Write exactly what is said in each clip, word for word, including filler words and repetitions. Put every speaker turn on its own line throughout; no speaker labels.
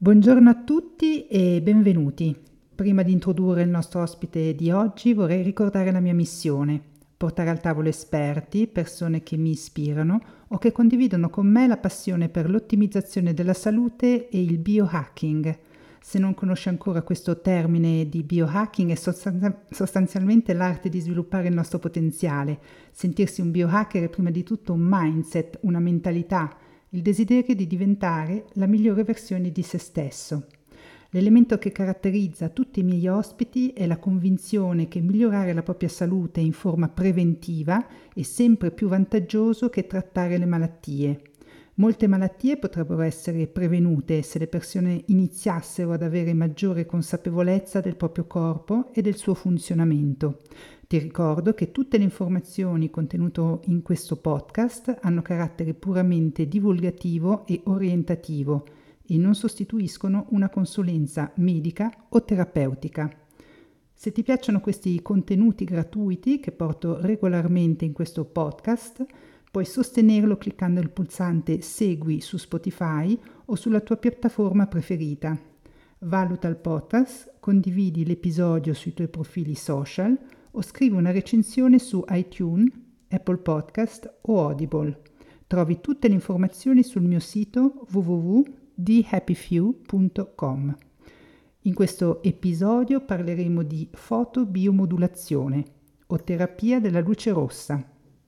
Buongiorno a tutti e benvenuti. Prima di introdurre il nostro ospite di oggi vorrei ricordare la mia missione: portare al tavolo esperti, persone che mi ispirano o che condividono con me la passione per l'ottimizzazione della salute e il biohacking. Se non conosci ancora questo termine di biohacking, è sostanza- sostanzialmente l'arte di sviluppare il nostro potenziale. Sentirsi un biohacker è prima di tutto un mindset, una mentalità, il desiderio di diventare la migliore versione di se stesso. L'elemento che caratterizza tutti i miei ospiti è la convinzione che migliorare la propria salute in forma preventiva è sempre più vantaggioso che trattare le malattie. Molte malattie potrebbero essere prevenute se le persone iniziassero ad avere maggiore consapevolezza del proprio corpo e del suo funzionamento. Ti ricordo che tutte le informazioni contenute in questo podcast hanno carattere puramente divulgativo e orientativo e non sostituiscono una consulenza medica o terapeutica. Se ti piacciono questi contenuti gratuiti che porto regolarmente in questo podcast, puoi sostenerlo cliccando il pulsante Segui su Spotify o sulla tua piattaforma preferita. Valuta il podcast, condividi l'episodio sui tuoi profili social o scrivi una recensione su iTunes, Apple Podcast o Audible. Trovi tutte le informazioni sul mio sito w w w punto the happy few punto com. In questo episodio parleremo di fotobiomodulazione o terapia della luce rossa.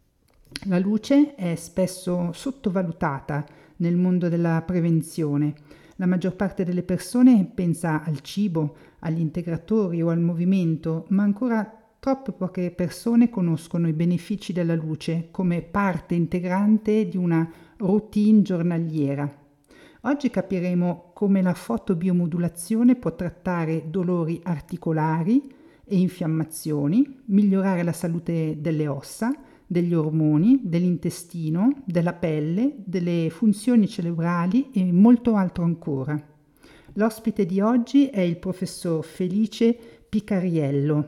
La luce è spesso sottovalutata nel mondo della prevenzione. La maggior parte delle persone pensa al cibo, agli integratori o al movimento, ma ancora troppe poche persone conoscono i benefici della luce come parte integrante di una routine giornaliera. Oggi capiremo come la fotobiomodulazione può trattare dolori articolari e infiammazioni, migliorare la salute delle ossa, degli ormoni, dell'intestino, della pelle, delle funzioni cerebrali e molto altro ancora. L'ospite di oggi è il professor Felice Picariello,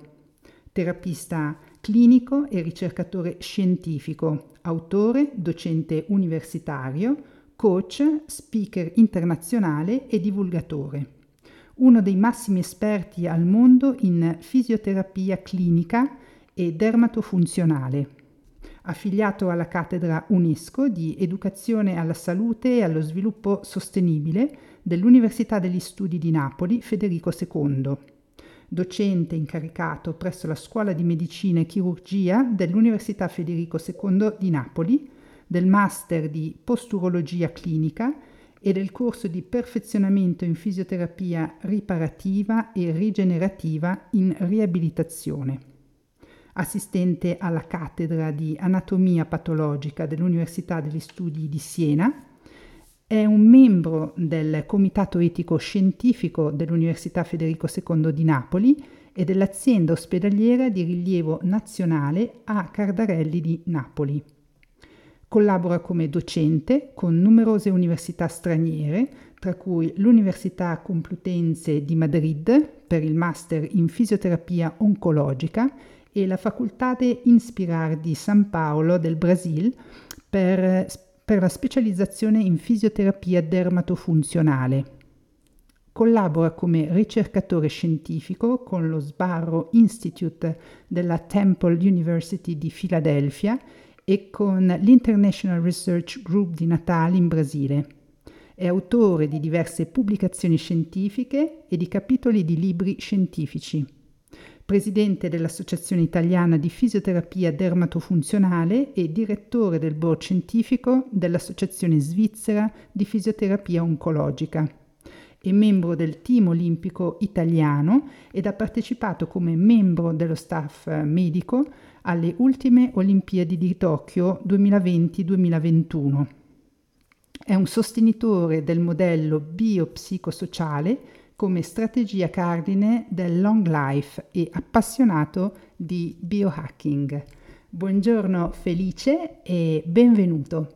terapista clinico e ricercatore scientifico, autore, docente universitario, coach, speaker internazionale e divulgatore. Uno dei massimi esperti al mondo in fisioterapia clinica e dermatofunzionale. Affiliato alla cattedra UNESCO di Educazione alla Salute e allo Sviluppo Sostenibile dell'Università degli Studi di Napoli Federico secondo. Docente incaricato presso la Scuola di Medicina e Chirurgia dell'Università Federico secondo di Napoli, del Master di Posturologia Clinica e del corso di perfezionamento in fisioterapia riparativa e rigenerativa in riabilitazione. Assistente alla cattedra di anatomia patologica dell'Università degli Studi di Siena, è un membro del Comitato Etico Scientifico dell'Università Federico secondo di Napoli e dell'azienda ospedaliera di rilievo nazionale A. Cardarelli di Napoli. Collabora come docente con numerose università straniere, tra cui l'Università Complutense di Madrid per il Master in Fisioterapia Oncologica e la Facultà de Inspirar di San Paolo del Brasil per, per la specializzazione in fisioterapia dermatofunzionale. Collabora come ricercatore scientifico con lo Sbarro Institute della Temple University di Filadelfia e con l'International Research Group di Natal in Brasile. È autore di diverse pubblicazioni scientifiche e di capitoli di libri scientifici. Presidente dell'Associazione Italiana di Fisioterapia Dermatofunzionale e direttore del board scientifico dell'Associazione Svizzera di Fisioterapia Oncologica. È membro del team olimpico italiano ed ha partecipato come membro dello staff medico alle ultime Olimpiadi di Tokyo duemilaventi duemilaventuno. È un sostenitore del modello biopsicosociale come strategia cardine del long life e appassionato di biohacking. Buongiorno Felice e benvenuto.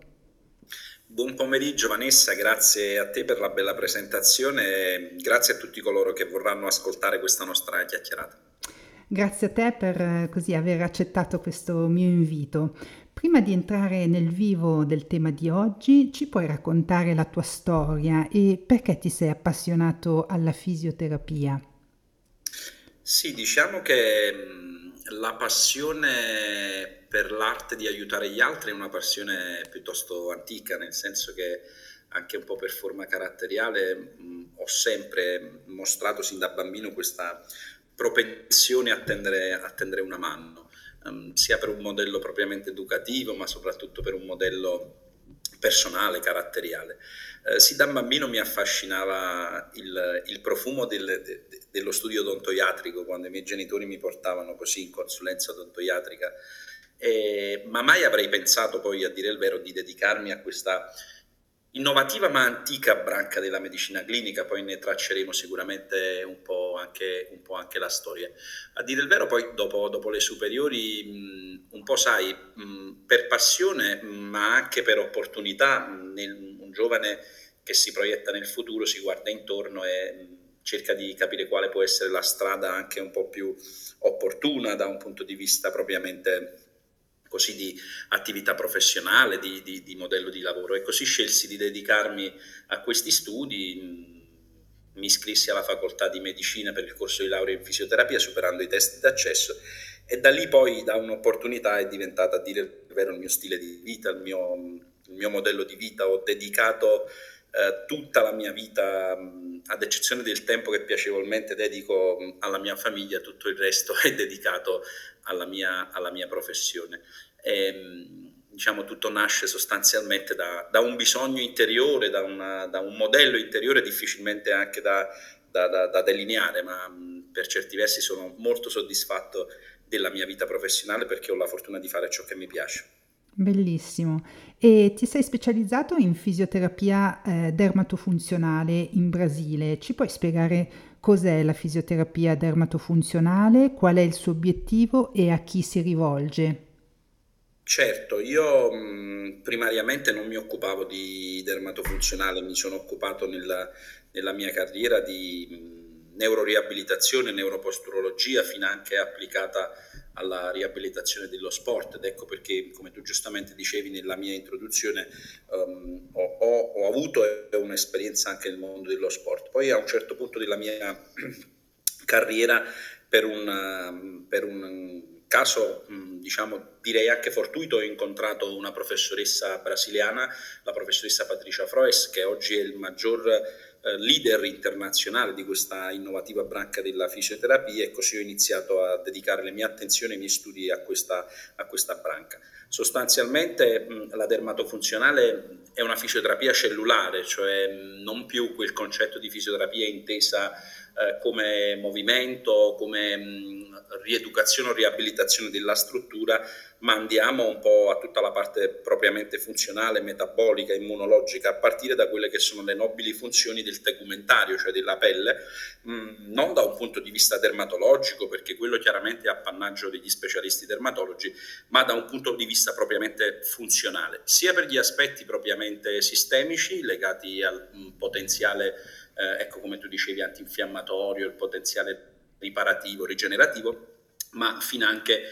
Buon pomeriggio Vanessa, grazie a te per la bella presentazione e grazie a tutti coloro che vorranno ascoltare questa nostra chiacchierata.
Grazie a te per così aver accettato questo mio invito. Prima di entrare nel vivo del tema di oggi, ci puoi raccontare la tua storia e perché ti sei appassionato alla fisioterapia?
Sì, diciamo che mh, la passione per l'arte di aiutare gli altri è una passione piuttosto antica, nel senso che anche un po' per forma caratteriale mh, ho sempre mostrato sin da bambino questa propensione a tendere, a tendere una mano, ehm, sia per un modello propriamente educativo, ma soprattutto per un modello personale, caratteriale. Eh, sin da bambino mi affascinava il, il profumo del, de, de, dello studio odontoiatrico, quando i miei genitori mi portavano così in consulenza odontoiatrica, eh, ma mai avrei pensato poi, a dire il vero, di dedicarmi a questa innovativa ma antica branca della medicina clinica. Poi ne tracceremo sicuramente un po' anche, un po' anche la storia. A dire il vero, poi dopo, dopo le superiori, mh, un po' sai, mh, per passione, ma anche per opportunità, mh, nel, un giovane che si proietta nel futuro si guarda intorno e mh, cerca di capire quale può essere la strada anche un po' più opportuna da un punto di vista propriamente così di attività professionale, di, di, di modello di lavoro, e così scelsi di dedicarmi a questi studi. Mi iscrissi alla facoltà di medicina per il corso di laurea in fisioterapia, superando i test d'accesso, e da lì poi, da un'opportunità, è diventata, a dire il vero, il mio stile di vita, il mio, il mio modello di vita. Ho dedicato eh, tutta la mia vita, mh, ad eccezione del tempo che piacevolmente dedico mh, alla mia famiglia, tutto il resto è dedicato alla mia, alla mia professione. E, diciamo, tutto nasce sostanzialmente da, da un bisogno interiore, da, una, da un modello interiore difficilmente anche da, da, da, da delineare, ma mh, per certi versi sono molto soddisfatto della mia vita professionale, perché ho la fortuna di fare ciò che mi piace.
Bellissimo. E ti sei specializzato in fisioterapia eh, dermatofunzionale in Brasile. Ci puoi spiegare cos'è la fisioterapia dermatofunzionale, qual è il suo obiettivo e a chi si rivolge?
Certo, io mh, primariamente non mi occupavo di dermatofunzionale, mi sono occupato nella, nella mia carriera di mh, neuroriabilitazione, neuroposturologia, finanche applicata alla riabilitazione dello sport, ed ecco perché, come tu giustamente dicevi nella mia introduzione, um, ho, ho, ho avuto un'esperienza anche nel mondo dello sport. Poi a un certo punto della mia carriera, per un, per un caso, diciamo, direi anche fortuito, ho incontrato una professoressa brasiliana, la professoressa Patricia Froes, che oggi è il maggior eh, leader internazionale di questa innovativa branca della fisioterapia, e così ho iniziato a dedicare le mie attenzioni e i miei studi a questa, a questa branca. Sostanzialmente mh, la dermatofunzionale è una fisioterapia cellulare, cioè mh, non più quel concetto di fisioterapia intesa eh, come movimento, come mh, rieducazione o riabilitazione della struttura, ma andiamo un po' a tutta la parte propriamente funzionale, metabolica, immunologica, a partire da quelle che sono le nobili funzioni del tegumentario, cioè della pelle, mh, non da un punto di vista dermatologico, perché quello chiaramente è appannaggio degli specialisti dermatologi, ma da un punto di vista propriamente funzionale, sia per gli aspetti propriamente sistemici legati al mh, potenziale, eh, ecco, come tu dicevi, antinfiammatorio, il potenziale riparativo, rigenerativo, ma finanche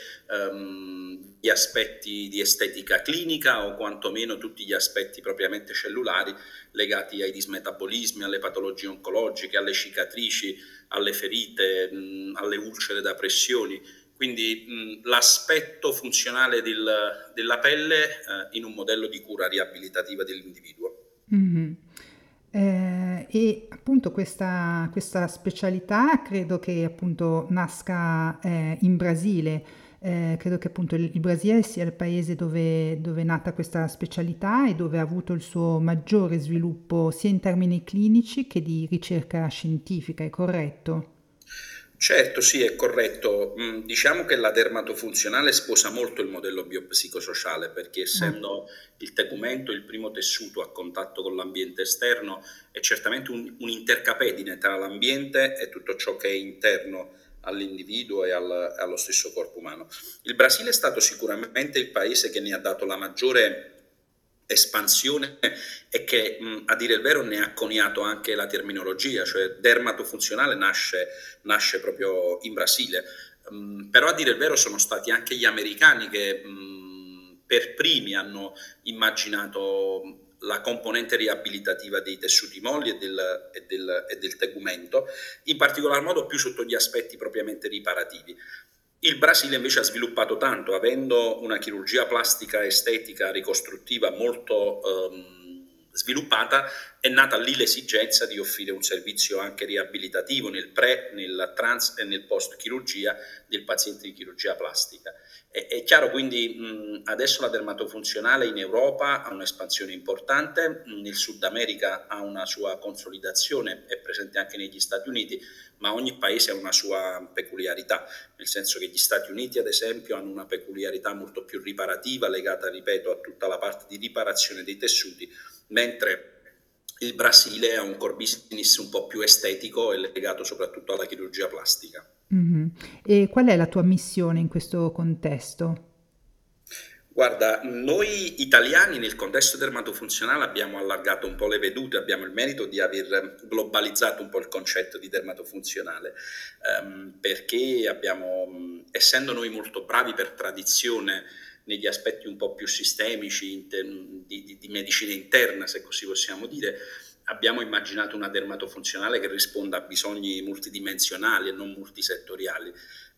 ehm, gli aspetti di estetica clinica, o quantomeno tutti gli aspetti propriamente cellulari legati ai dismetabolismi, alle patologie oncologiche, alle cicatrici, alle ferite, mh, alle ulcere da pressioni. Quindi mh, l'aspetto funzionale del, della pelle eh, in un modello di cura riabilitativa dell'individuo.
Mh-mh. Ehm, e appunto questa questa specialità credo che appunto nasca, ehm, in Brasile. Ehm, credo che appunto il il Brasile sia il paese dove dove è nata questa specialità e dove ha avuto il suo maggiore sviluppo sia in termini clinici che di ricerca scientifica, è corretto?
Certo, sì, è corretto. Mm, diciamo che la dermatofunzionale sposa molto il modello biopsicosociale, perché
Ah.
essendo il tegumento il primo tessuto a contatto con l'ambiente esterno, è certamente un, un intercapedine tra l'ambiente e tutto ciò che è interno all'individuo e al- allo stesso corpo umano. Il Brasile è stato sicuramente il paese che ne ha dato la maggiore espansione, e che mh, a dire il vero ne ha coniato anche la terminologia, cioè dermatofunzionale nasce, nasce proprio in Brasile. Um, però a dire il vero sono stati anche gli americani che mh, per primi hanno immaginato la componente riabilitativa dei tessuti molli e del, e, del, e del tegumento, in particolar modo più sotto gli aspetti propriamente riparativi. Il Brasile invece ha sviluppato tanto, avendo una chirurgia plastica estetica ricostruttiva molto ehm, sviluppata, è nata lì l'esigenza di offrire un servizio anche riabilitativo nel pre, nel trans e nel post chirurgia del paziente di chirurgia plastica. È, è chiaro quindi mh, adesso la dermatofunzionale in Europa ha un'espansione importante, mh, nel Sud America ha una sua consolidazione, è presente anche negli Stati Uniti, ma ogni paese ha una sua peculiarità, nel senso che gli Stati Uniti ad esempio hanno una peculiarità molto più riparativa legata, ripeto, a tutta la parte di riparazione dei tessuti, mentre il Brasile ha un core business un po' più estetico e legato soprattutto alla chirurgia plastica.
Mm-hmm. E qual è la tua missione in questo contesto?
Guarda, noi italiani nel contesto dermatofunzionale abbiamo allargato un po' le vedute, abbiamo il merito di aver globalizzato un po' il concetto di dermatofunzionale, ehm, perché abbiamo, essendo noi molto bravi per tradizione negli aspetti un po' più sistemici inter, di, di, di medicina interna, se così possiamo dire, abbiamo immaginato una dermatofunzionale che risponda a bisogni multidimensionali e non multisettoriali.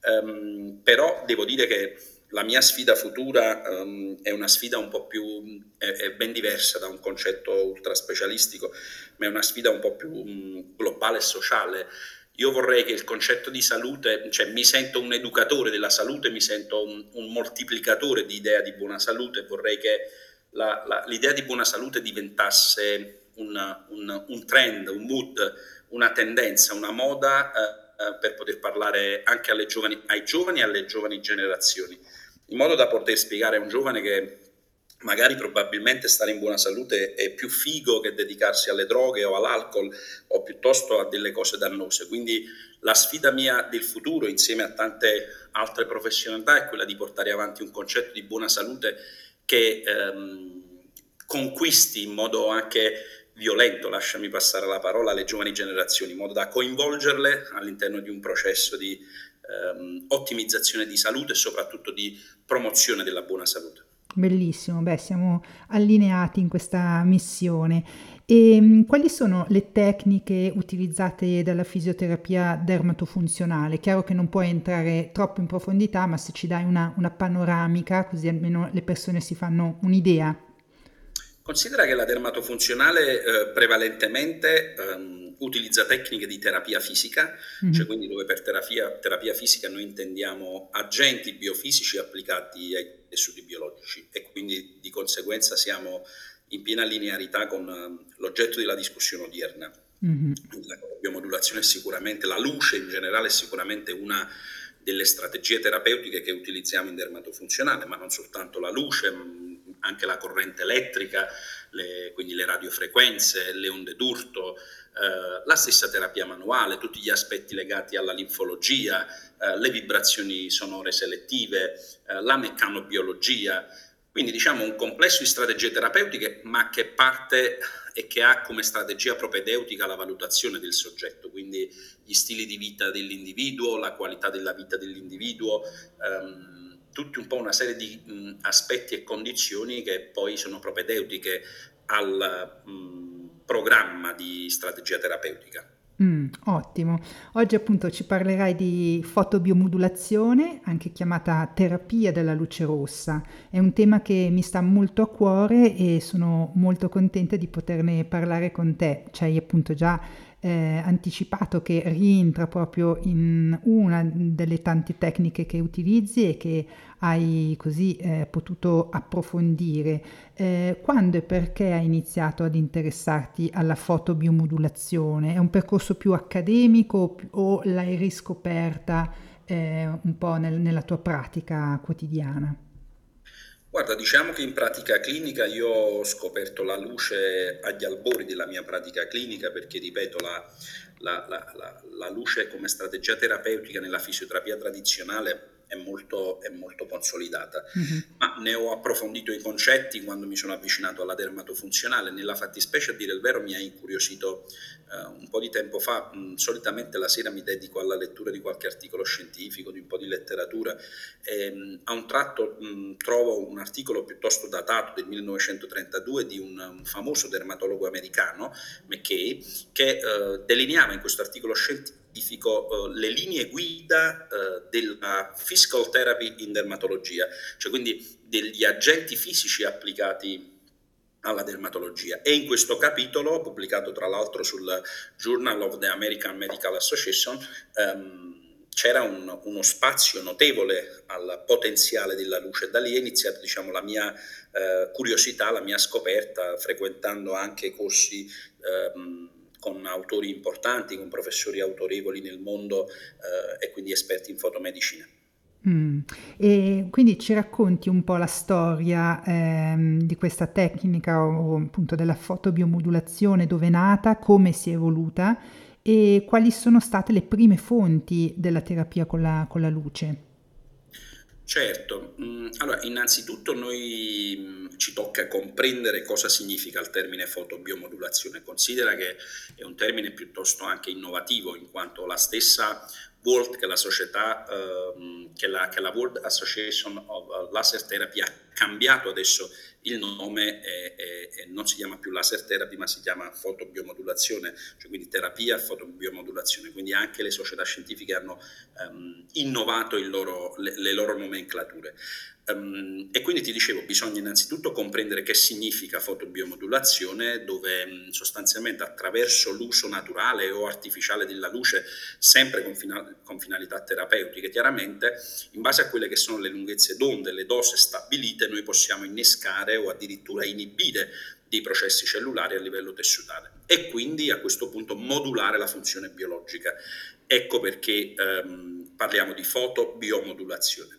Um, però devo dire che la mia sfida futura um, è una sfida un po' più, è, è ben diversa da un concetto ultra specialistico, ma è una sfida un po' più um, globale e sociale. Io vorrei che il concetto di salute, cioè mi sento un educatore della salute, mi sento un, un moltiplicatore di idea di buona salute, vorrei che la, la, l'idea di buona salute diventasse un, un, un trend, un mood, una tendenza, una moda eh, per poter parlare anche alle giovani, ai giovani e alle giovani generazioni, in modo da poter spiegare a un giovane che magari probabilmente stare in buona salute è più figo che dedicarsi alle droghe o all'alcol o piuttosto a delle cose dannose. Quindi la sfida mia del futuro, insieme a tante altre professionalità, è quella di portare avanti un concetto di buona salute che ehm, conquisti in modo anche violento, lasciami passare la parola, alle giovani generazioni, in modo da coinvolgerle all'interno di un processo di ehm, ottimizzazione di salute e soprattutto di promozione della buona salute.
Bellissimo, beh, siamo allineati in questa missione. E mh, quali sono le tecniche utilizzate dalla fisioterapia dermatofunzionale? Chiaro che non puoi entrare troppo in profondità, ma se ci dai una, una panoramica, così almeno le persone si fanno un'idea.
Considera che la dermatofunzionale eh, prevalentemente ehm, utilizza tecniche di terapia fisica, mm-hmm. cioè quindi dove per terapia, terapia fisica noi intendiamo agenti biofisici applicati ai tessuti biologici e quindi di conseguenza siamo in piena linearità con uh, l'oggetto della discussione odierna. Mm-hmm. La biomodulazione è sicuramente, la luce in generale è sicuramente una delle strategie terapeutiche che utilizziamo in dermatofunzionale, ma non soltanto la luce, anche la corrente elettrica, le, quindi le radiofrequenze, le onde d'urto, eh, la stessa terapia manuale, tutti gli aspetti legati alla linfologia, eh, le vibrazioni sonore selettive, eh, la meccanobiologia, quindi diciamo un complesso di strategie terapeutiche, ma che parte e che ha come strategia propedeutica la valutazione del soggetto, quindi gli stili di vita dell'individuo, la qualità della vita dell'individuo, ehm, tutti un po' una serie di mh, aspetti e condizioni che poi sono propedeutiche al mh, programma di strategia terapeutica.
Mm, ottimo. Oggi appunto ci parlerai di fotobiomodulazione, anche chiamata terapia della luce rossa. È un tema che mi sta molto a cuore e sono molto contenta di poterne parlare con te. Ci hai appunto già eh, anticipato che rientra proprio in una delle tante tecniche che utilizzi e che hai così eh, potuto approfondire. Eh, quando e perché hai iniziato ad interessarti alla fotobiomodulazione? È un percorso più accademico o l'hai riscoperta eh, un po' nel, nella tua pratica quotidiana?
Guarda, diciamo che in pratica clinica io ho scoperto la luce agli albori della mia pratica clinica perché, ripeto, la, la, la, la, la luce come strategia terapeutica nella fisioterapia tradizionale è molto, è molto consolidata.
Mhm.
Ma ne ho approfondito i concetti quando mi sono avvicinato alla dermatofunzionale. Nella fattispecie, a dire il vero, mi ha incuriosito eh, un po' di tempo fa. Mh, solitamente la sera mi dedico alla lettura di qualche articolo scientifico, di un po' di letteratura. E, mh, a un tratto mh, trovo un articolo piuttosto datato del millenovecentotrentadue di un, un famoso dermatologo americano, McKay, che eh, delineava in questo articolo scientifico Uh, le linee guida uh, della physical therapy in dermatologia, cioè quindi degli agenti fisici applicati alla dermatologia. E in questo capitolo, pubblicato tra l'altro sul Journal of the American Medical Association, um, c'era un, uno spazio notevole al potenziale della luce. Da lì è iniziata, diciamo, la mia uh, curiosità, la mia scoperta, frequentando anche corsi um, con autori importanti, con professori autorevoli nel mondo eh, e quindi esperti in fotomedicina.
Mm. E quindi ci racconti un po' la storia ehm, di questa tecnica o appunto della fotobiomodulazione, dove è nata, come si è evoluta e quali sono state le prime fonti della terapia con la, con la luce.
Certo, allora innanzitutto noi ci tocca comprendere cosa significa il termine fotobiomodulazione. Considera che è un termine piuttosto anche innovativo, in quanto la stessa World, che è la società, ehm, che, la, che la World Association of Laser Therapy ha cambiato adesso il nome e, e, e non si chiama più laser therapy ma si chiama fotobiomodulazione, cioè quindi terapia fotobiomodulazione, quindi anche le società scientifiche hanno um, innovato il loro, le, le loro nomenclature. Um, e quindi ti dicevo, bisogna innanzitutto comprendere che significa fotobiomodulazione, dove um, sostanzialmente attraverso l'uso naturale o artificiale della luce, sempre con, fina- con finalità terapeutiche chiaramente, in base a quelle che sono le lunghezze d'onda e le dose stabilite, noi possiamo innescare o addirittura inibire dei processi cellulari a livello tessutale e quindi a questo punto modulare la funzione biologica. Ecco perché ehm, parliamo di fotobiomodulazione.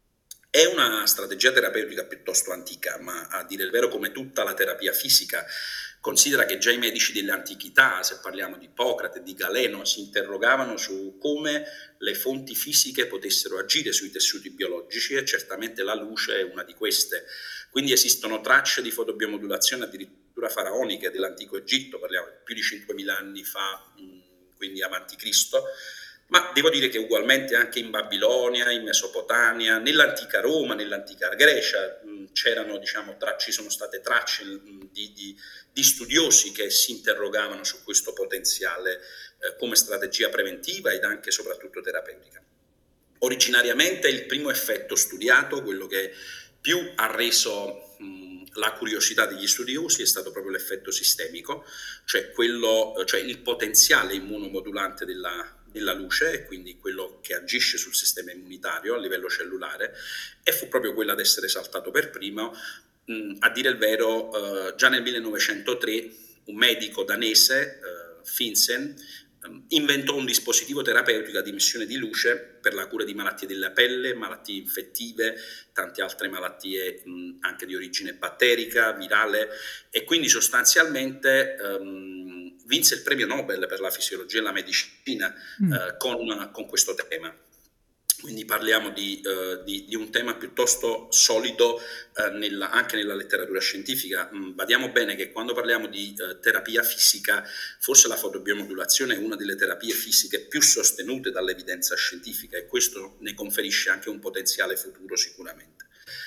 È una strategia terapeutica piuttosto antica, ma a dire il vero, come tutta la terapia fisica, considera che già i medici dell'antichità, se parliamo di Ippocrate e di Galeno, si interrogavano su come le fonti fisiche potessero agire sui tessuti biologici e certamente la luce è una di queste. Quindi esistono tracce di fotobiomodulazione addirittura faraoniche dell'antico Egitto, parliamo di più di cinquemila anni fa, quindi avanti Cristo, ma devo dire che ugualmente anche in Babilonia, in Mesopotamia, nell'antica Roma, nell'antica Grecia mh, c'erano, diciamo, tra, ci sono state tracce mh, di, di, di studiosi che si interrogavano su questo potenziale eh, come strategia preventiva ed anche soprattutto terapeutica. Originariamente il primo effetto studiato, quello che più ha reso mh, la curiosità degli studiosi, è stato proprio l'effetto sistemico, cioè, quello, cioè il potenziale immunomodulante della della luce, e quindi quello che agisce sul sistema immunitario a livello cellulare, e fu proprio quello ad essere saltato per primo. Mh, a dire il vero, eh, già nel millenovecentotre un medico danese, eh, Finsen, eh, inventò un dispositivo terapeutico ad emissione di luce per la cura di malattie della pelle, malattie infettive, tante altre malattie mh, anche di origine batterica, virale, e quindi sostanzialmente ehm, vinse il premio Nobel per la fisiologia e la medicina
Mm.
eh, con, con questo tema. Quindi parliamo di, uh, di, di un tema piuttosto solido uh, nella, anche nella letteratura scientifica. Mm, badiamo bene che quando parliamo di uh, terapia fisica, forse la fotobiomodulazione è una delle terapie fisiche più sostenute dall'evidenza scientifica, e questo ne conferisce anche un potenziale futuro sicuramente.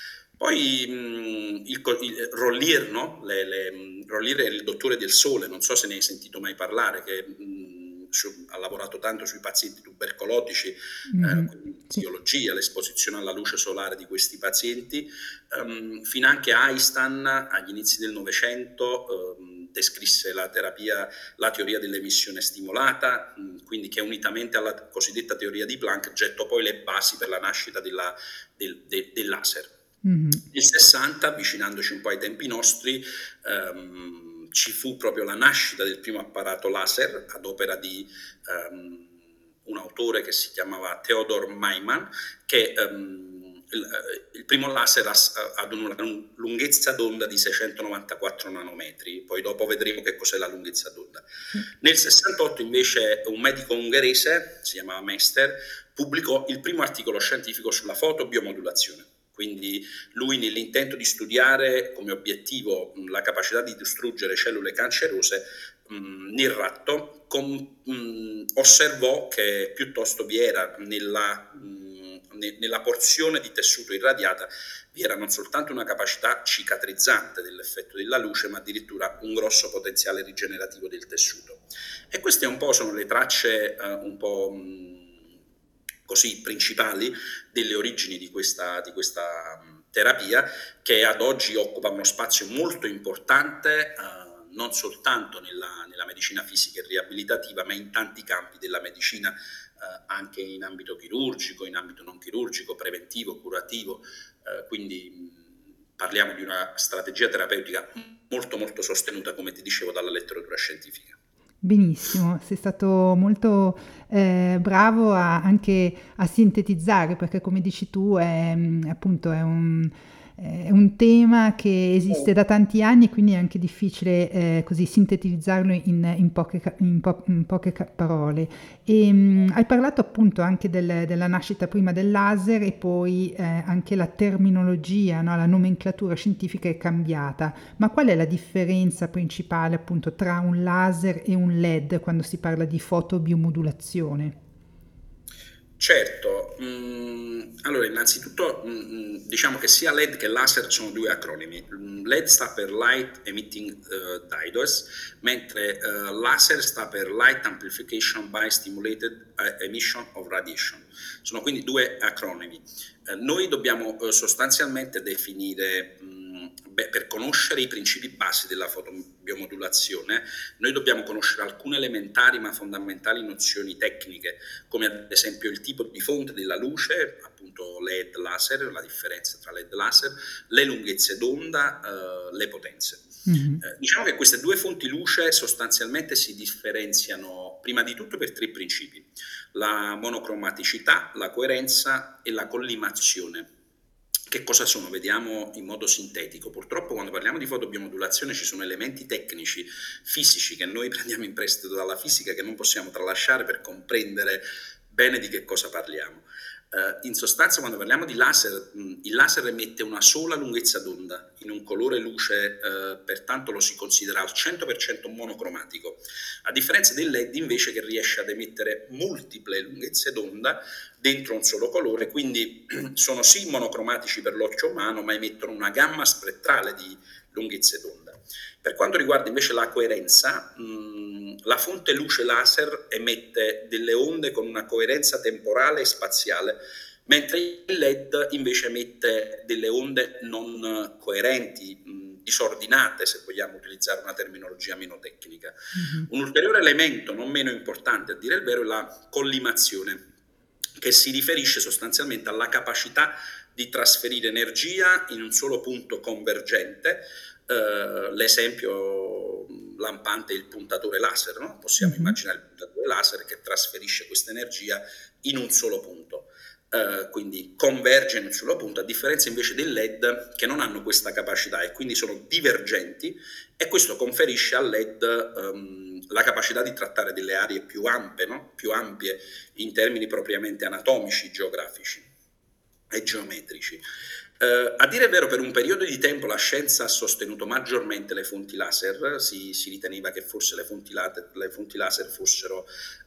Poi mh, il, il Rollier, no? le, le, Rollier è il dottore del sole, non so se ne hai sentito mai parlare, che mh, su, ha lavorato tanto sui pazienti tubercolotici,
Mm-hmm.
eh, quindi
Sì.
biologia, l'esposizione alla luce solare di questi pazienti, um, fin anche Einstein agli inizi del Novecento um, descrisse la terapia, la teoria dell'emissione stimolata, mh, quindi che unitamente alla cosiddetta teoria di Planck gettò poi le basi per la nascita della, del, de, del laser.
Mm-hmm.
Nel sessanta, avvicinandoci un po' ai tempi nostri, ehm, ci fu proprio la nascita del primo apparato laser ad opera di ehm, un autore che si chiamava Theodor Maiman, che ehm, il, il primo laser ad una lunghezza d'onda di seicentonovantaquattro nanometri, poi dopo vedremo che cos'è la lunghezza d'onda.
Sì.
Nel sessantotto invece un medico ungherese, si chiamava Mester, pubblicò il primo articolo scientifico sulla fotobiomodulazione. Quindi lui, nell'intento di studiare come obiettivo mh, la capacità di distruggere cellule cancerose mh, nel ratto, com, mh, osservò che piuttosto vi era nella, mh, ne, nella porzione di tessuto irradiata vi era non soltanto una capacità cicatrizzante dell'effetto della luce, ma addirittura un grosso potenziale rigenerativo del tessuto. E queste un po' sono le tracce eh, un po' mh, così principali delle origini di questa, di questa terapia, che ad oggi occupa uno spazio molto importante, eh, non soltanto nella, nella medicina fisica e riabilitativa, ma in tanti campi della medicina, eh, anche in ambito chirurgico, in ambito non chirurgico, preventivo, curativo, eh, quindi mh, parliamo di una strategia terapeutica molto molto sostenuta, come ti dicevo, dalla letteratura scientifica.
Benissimo, sei stato molto eh, bravo a, anche a sintetizzare, perché come dici tu è mm, appunto è un, è un tema che esiste da tanti anni e quindi è anche difficile eh, così sintetizzarlo in, in poche, ca- in po- in poche ca- parole. E, mm, hai parlato appunto anche del- della nascita prima del laser e poi eh, anche la terminologia, no? La nomenclatura scientifica è cambiata. Ma qual è la differenza principale appunto tra un laser e un L E D quando si parla di fotobiomodulazione?
Certo, mh, allora innanzitutto mh, diciamo che sia L E D che laser sono due acronimi. L E D sta per Light Emitting uh, Diodes, mentre uh, laser sta per Light Amplification by Stimulated uh, Emission of Radiation. Sono quindi due acronimi. Uh, noi dobbiamo uh, sostanzialmente definire, mh, beh, per conoscere i principi basi della fotobiomodulazione, noi dobbiamo conoscere alcune elementari ma fondamentali nozioni tecniche, come ad esempio il tipo di fonte della luce, appunto L E D, laser, la differenza tra L E D e laser, le lunghezze d'onda, eh, le potenze. Mm-hmm. Eh, diciamo che queste due fonti luce sostanzialmente si differenziano prima di tutto per tre principi: la monocromaticità, la coerenza e la collimazione. Che cosa sono? Vediamo in modo sintetico. Purtroppo quando parliamo di fotobiomodulazione ci sono elementi tecnici, fisici, che noi prendiamo in prestito dalla fisica, che non possiamo tralasciare per comprendere bene di che cosa parliamo. Uh, in sostanza, quando parliamo di laser, mh, il laser emette una sola lunghezza d'onda in un colore luce, uh, pertanto lo si considera al cento per cento monocromatico, a differenza del L E D invece, che riesce ad emettere multiple lunghezze d'onda dentro un solo colore, quindi sono sì monocromatici per l'occhio umano, ma emettono una gamma spettrale di lunghezze d'onda. Per quanto riguarda invece la coerenza, mh, la fonte luce laser emette delle onde con una coerenza temporale e spaziale, mentre il L E D invece emette delle onde non coerenti, mh, disordinate, se vogliamo utilizzare una terminologia meno tecnica. Mm-hmm. Un ulteriore elemento non meno importante, a dire il vero, è la collimazione, che si riferisce sostanzialmente alla capacità di trasferire energia in un solo punto convergente. Uh, l'esempio lampante è il puntatore laser, no? Possiamo mm-hmm. immaginare il puntatore laser che trasferisce questa energia in un solo punto, uh, quindi converge in un solo punto, a differenza invece del L E D, che non hanno questa capacità e quindi sono divergenti, e questo conferisce al L E D um, la capacità di trattare delle aree più ampie, no? più ampie in termini propriamente anatomici, geografici e geometrici. Uh, a dire il vero, per un periodo di tempo la scienza ha sostenuto maggiormente le fonti laser, si, si riteneva che forse le fonti, la, le fonti laser fossero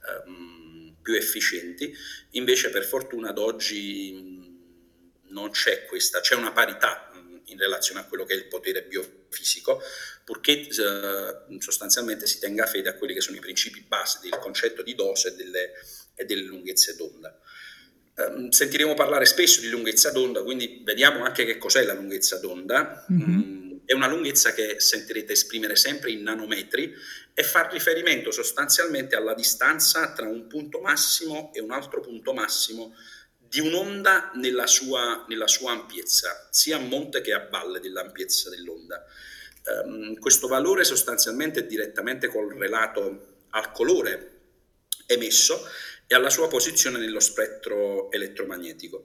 um, più efficienti, invece per fortuna ad oggi mh, non c'è questa, c'è una parità mh, in relazione a quello che è il potere biofisico, purché uh, sostanzialmente si tenga fede a quelli che sono i principi base del concetto di dose e delle, e delle lunghezze d'onda. Um, sentiremo parlare spesso di lunghezza d'onda, quindi vediamo anche che cos'è la lunghezza d'onda. Mm-hmm. Um, è una lunghezza che sentirete esprimere sempre in nanometri e fa riferimento sostanzialmente alla distanza tra un punto massimo e un altro punto massimo di un'onda nella sua, nella sua ampiezza, sia a monte che a valle dell'ampiezza dell'onda. Um, questo valore sostanzialmente è direttamente correlato al colore emesso e alla sua posizione nello spettro elettromagnetico.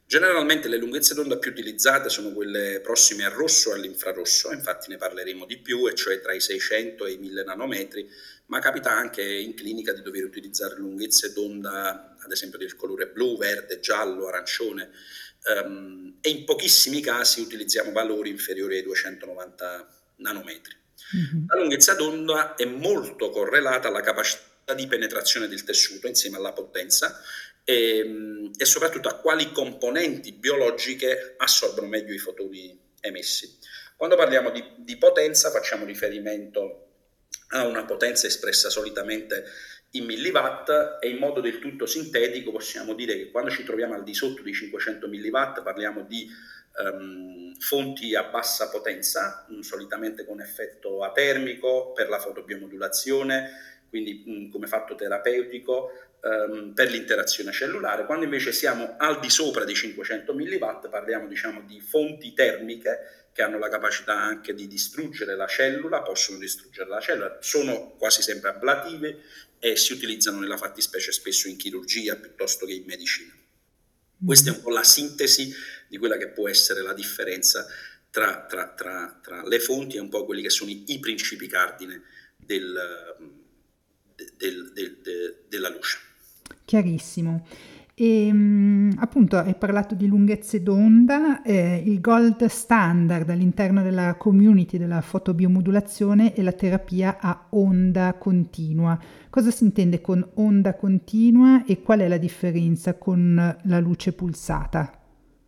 Generalmente le lunghezze d'onda più utilizzate sono quelle prossime al rosso e all'infrarosso, infatti ne parleremo di più, e cioè tra i seicento e i mille nanometri, ma capita anche in clinica di dover utilizzare lunghezze d'onda, ad esempio del colore blu, verde, giallo, arancione, um, e in pochissimi casi utilizziamo valori inferiori ai duecentonovanta nanometri.
Mm-hmm.
La lunghezza d'onda è molto correlata alla capacità di penetrazione del tessuto insieme alla potenza, e, e soprattutto a quali componenti biologiche assorbono meglio i fotoni emessi. Quando parliamo di, di potenza facciamo riferimento a una potenza espressa solitamente in milliwatt, e in modo del tutto sintetico possiamo dire che quando ci troviamo al di sotto di cinquecento milliwatt parliamo di um, fonti a bassa potenza, solitamente con effetto atermico per la fotobiomodulazione, quindi mh, come fatto terapeutico, um, per l'interazione cellulare. Quando invece siamo al di sopra di cinquecento milliwatt parliamo, diciamo, di fonti termiche che hanno la capacità anche di distruggere la cellula, possono distruggere la cellula, sono quasi sempre ablative e si utilizzano nella fattispecie spesso in chirurgia piuttosto che in medicina. Mm. Questa è un po' la sintesi di quella che può essere la differenza tra, tra, tra, tra le fonti e un po' quelli che sono i, i principi cardine del, del, del, del, della luce.
Chiarissimo. E appunto hai parlato di lunghezze d'onda, eh, il gold standard all'interno della community della fotobiomodulazione è la terapia a onda continua. Cosa si intende con onda continua e qual è la differenza con la luce pulsata?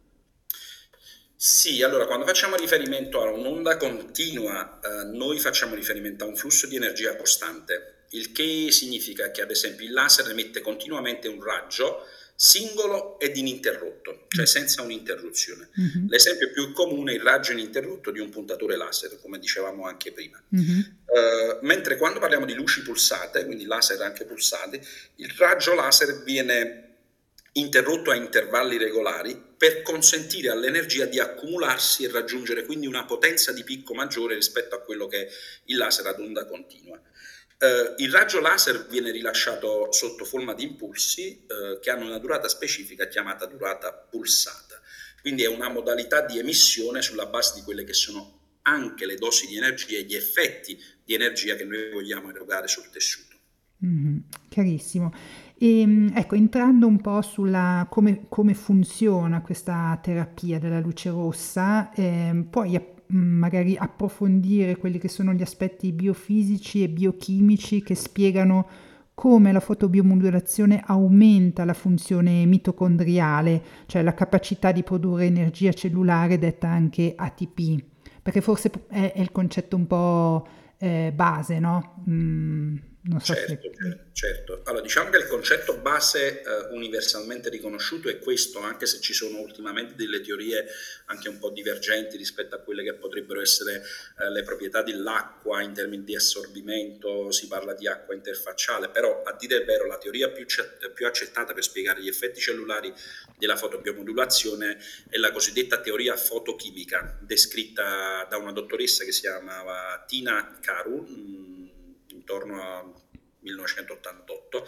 Sì, allora quando facciamo riferimento a un'onda continua, eh, noi facciamo riferimento a un flusso di energia costante, il che significa che ad esempio il laser emette continuamente un raggio singolo ed ininterrotto, cioè senza un'interruzione. Mm-hmm. L'esempio più comune è il raggio ininterrotto di un puntatore laser, come dicevamo anche prima. Mm-hmm. Uh, mentre quando parliamo di luci pulsate, quindi laser anche pulsati, il raggio laser viene interrotto a intervalli regolari per consentire all'energia di accumularsi e raggiungere quindi una potenza di picco maggiore rispetto a quello che è il laser ad onda continua. Uh, il raggio laser viene rilasciato sotto forma di impulsi uh, che hanno una durata specifica chiamata durata pulsata, quindi è una modalità di emissione sulla base di quelle che sono anche le dosi di energia e gli effetti di energia che noi vogliamo erogare sul tessuto.
Mm-hmm. Chiarissimo. E, ecco, entrando un po' sulla come, come funziona questa terapia della luce rossa, eh, puoi magari approfondire quelli che sono gli aspetti biofisici e biochimici che spiegano come la fotobiomodulazione aumenta la funzione mitocondriale, cioè la capacità di produrre energia cellulare detta anche A T P, perché forse è, è il concetto un po' eh, base, no? Mm, non so
certo,
se...
certo, certo. Allora, diciamo che il concetto base eh, universalmente riconosciuto è questo, anche se ci sono ultimamente delle teorie anche un po' divergenti rispetto a quelle che potrebbero essere eh, le proprietà dell'acqua in termini di assorbimento. Si parla di acqua interfacciale, però a dire il vero la teoria più, più accettata per spiegare gli effetti cellulari della fotobiomodulazione è la cosiddetta teoria fotochimica, descritta da una dottoressa che si chiamava Tina Karu, mh, intorno a millenovecentottantotto.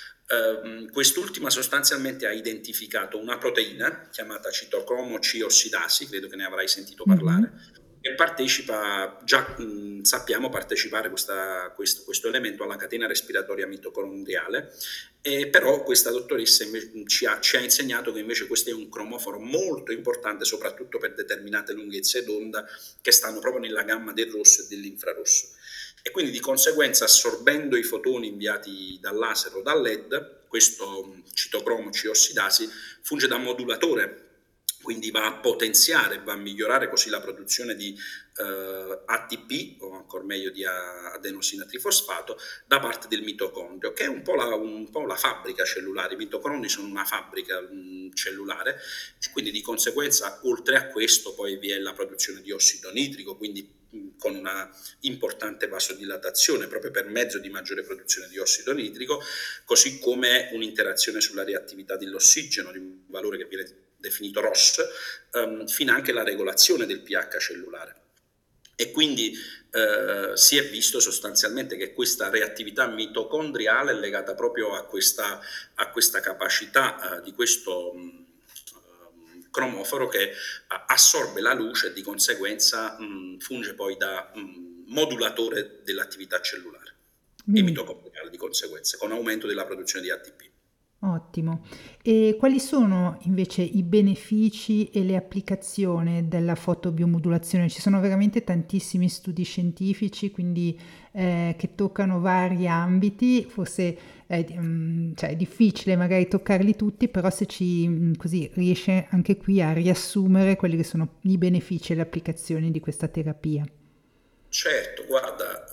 Uh, quest'ultima sostanzialmente ha identificato una proteina chiamata citocromo C ossidasi, credo che ne avrai sentito parlare, mm-hmm. che partecipa, già mh, sappiamo partecipare questa, questo, questo elemento alla catena respiratoria mitocondriale, e però questa dottoressa ci ha, ci ha insegnato che invece questo è un cromoforo molto importante, soprattutto per determinate lunghezze d'onda che stanno proprio nella gamma del rosso e dell'infrarosso. E quindi di conseguenza, assorbendo i fotoni inviati dal laser o dal L E D, questo citocromo C ossidasi funge da modulatore, quindi va a potenziare, va a migliorare così la produzione di eh, A T P, o ancora meglio di adenosina trifosfato, da parte del mitocondrio, che è un po' la, un po' la fabbrica cellulare. I mitocondri sono una fabbrica mh, cellulare, e quindi di conseguenza, oltre a questo, poi vi è la produzione di ossido nitrico, quindi con una importante vasodilatazione proprio per mezzo di maggiore produzione di ossido nitrico, così come un'interazione sulla reattività dell'ossigeno di un valore che viene definito R O S, um, fino anche la regolazione del pH cellulare. E quindi eh, si è visto sostanzialmente che questa reattività mitocondriale è legata proprio a questa, a questa capacità uh, di questo um, cromoforo che a- assorbe la luce e di conseguenza mh, funge poi da mh, modulatore dell'attività cellulare e
Bene.
mitocondriale di conseguenza, con aumento della produzione di A T P.
Ottimo. E quali sono invece i benefici e le applicazioni della fotobiomodulazione? Ci sono veramente tantissimi studi scientifici, quindi eh, che toccano vari ambiti, forse è, mm, cioè, è difficile magari toccarli tutti, però se ci mm, così riesce anche qui a riassumere quelli che sono i benefici e le applicazioni di questa terapia.
Certo, guarda,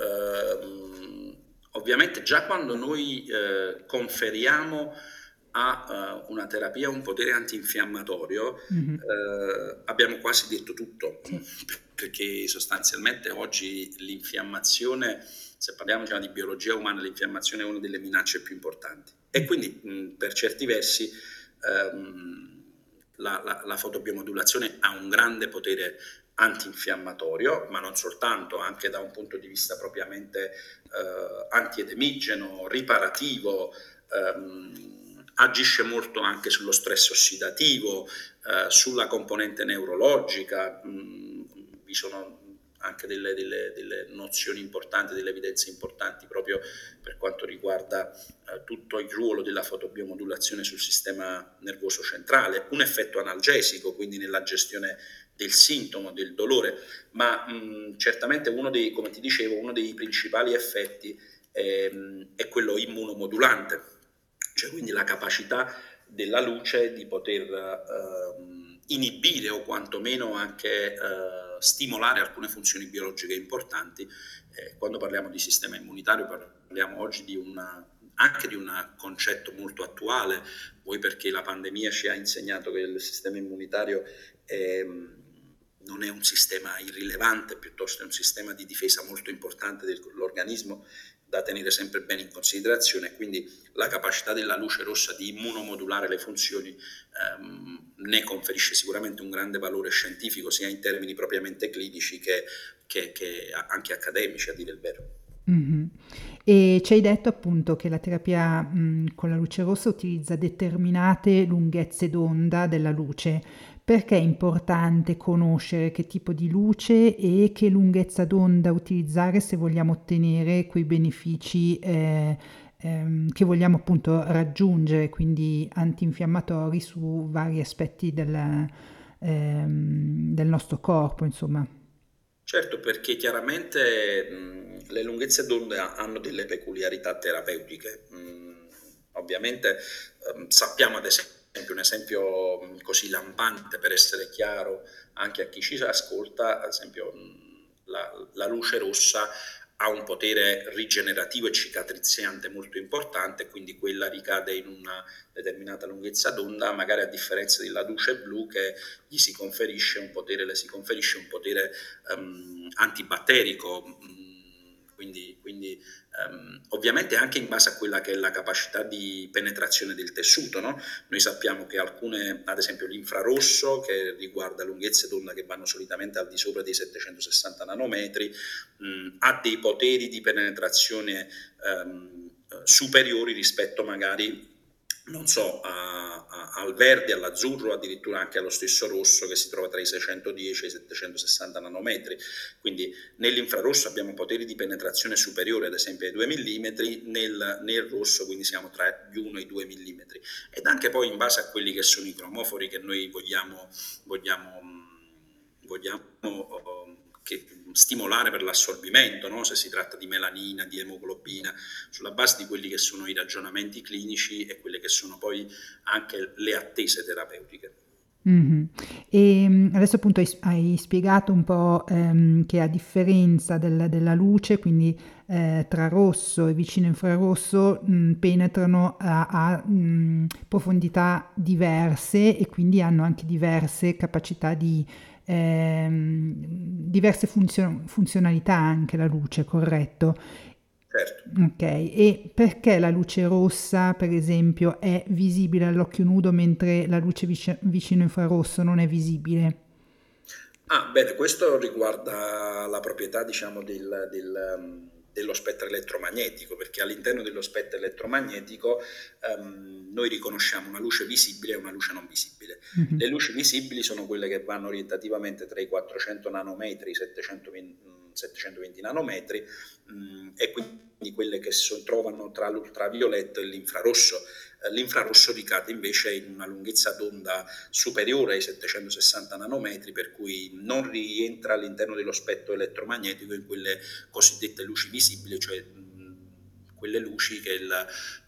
ehm, ovviamente già quando noi eh, conferiamo a eh, una terapia un potere antinfiammatorio,
Mhm.
eh, abbiamo quasi detto tutto,
Sì.
perché sostanzialmente oggi l'infiammazione, se parliamo già di biologia umana, l'infiammazione è una delle minacce più importanti. E
Mm.
quindi mh, per certi versi ehm, la, la, la fotobiomodulazione ha un grande potere antinfiammatorio, ma non soltanto, anche da un punto di vista propriamente eh, antiedemigeno, riparativo, ehm, agisce molto anche sullo stress ossidativo, eh, sulla componente neurologica, mh, vi sono anche delle, delle, delle nozioni importanti, delle evidenze importanti proprio per quanto riguarda eh, tutto il ruolo della fotobiomodulazione sul sistema nervoso centrale, un effetto analgesico, quindi nella gestione del sintomo, del dolore, ma mh, certamente uno dei, come ti dicevo, uno dei principali effetti è, è quello immunomodulante, cioè quindi la capacità della luce di poter eh, inibire o quantomeno anche eh, stimolare alcune funzioni biologiche importanti. Eh, quando parliamo di sistema immunitario parliamo oggi di una, anche di un concetto molto attuale, vuoi perché la pandemia ci ha insegnato che il sistema immunitario è, non è un sistema irrilevante, piuttosto è un sistema di difesa molto importante dell'organismo da tenere sempre bene in considerazione, quindi la capacità della luce rossa di immunomodulare le funzioni ehm, ne conferisce sicuramente un grande valore scientifico, sia in termini propriamente clinici che, che, che anche accademici, a dire il vero.
Mh-mh. E ci hai detto appunto che la terapia, mhmm, con la luce rossa utilizza determinate lunghezze d'onda della luce. Perché è importante conoscere che tipo di luce e che lunghezza d'onda utilizzare se vogliamo ottenere quei benefici, ehm, ehm, che vogliamo appunto raggiungere, quindi antinfiammatori su vari aspetti del ehm, del nostro corpo, insomma.
Certo, perché chiaramente mh, le lunghezze d'onda hanno delle peculiarità terapeutiche. Mh, ovviamente ehm, sappiamo ad esempio, un esempio mh, così lampante per essere chiaro anche a chi ci ascolta, ad esempio mh, la, la luce rossa ha un potere rigenerativo e cicatriziante molto importante, quindi quella ricade in una determinata lunghezza d'onda, magari a differenza della luce blu che gli si conferisce un potere, le si conferisce un potere um, antibatterico, quindi, quindi um, ovviamente anche in base a quella che è la capacità di penetrazione del tessuto, no? Noi sappiamo che alcune, ad esempio l'infrarosso, che riguarda lunghezze d'onda che vanno solitamente al di sopra dei settecentosessanta nanometri, mh, ha dei poteri di penetrazione um, superiori rispetto magari non so, a, a, al verde, all'azzurro, addirittura anche allo stesso rosso che si trova tra i seicentodieci e i settecentosessanta nanometri. Quindi nell'infrarosso abbiamo poteri di penetrazione superiori, ad esempio ai due millimetri, nel, nel rosso quindi siamo tra gli uno e i due millimetri. Ed anche poi in base a quelli che sono i cromofori che noi vogliamo, vogliamo, vogliamo che stimolare per l'assorbimento, no? Se si tratta di melanina, di emoglobina, sulla base di quelli che sono i ragionamenti clinici e quelle che sono poi anche le attese terapeutiche.
Mh-mh. Ehm, adesso appunto hai s hai spiegato un po', ehm, che a differenza del della luce, quindi, ehm, tra rosso e vicino infrarosso, mhmm, penetrano a a, mhmm, profondità diverse e quindi hanno anche diverse capacità di ehm, diverse funzio funzionalità anche la luce, corretto?
Certo.
Okay, e perché la luce rossa, per esempio, è visibile all'occhio nudo mentre la luce vice vicino infrarosso non è visibile?
Ah, bene, questo riguarda la proprietà, diciamo, del, del, um, dello spettro elettromagnetico, perché all'interno dello spettro elettromagnetico um, noi riconosciamo una luce visibile e una luce non visibile. Mm-hmm. Le luci visibili sono quelle che vanno orientativamente tra i quattrocento nanometri e i settecentoventi nanometri, mh, e quindi quelle che si trovano tra l'ultravioletto e l'infrarosso. L'infrarosso ricade invece in una lunghezza d'onda superiore ai settecentosessanta nanometri, per cui non rientra all'interno dello spettro elettromagnetico in quelle cosiddette luci visibili, cioè mh, quelle luci che il,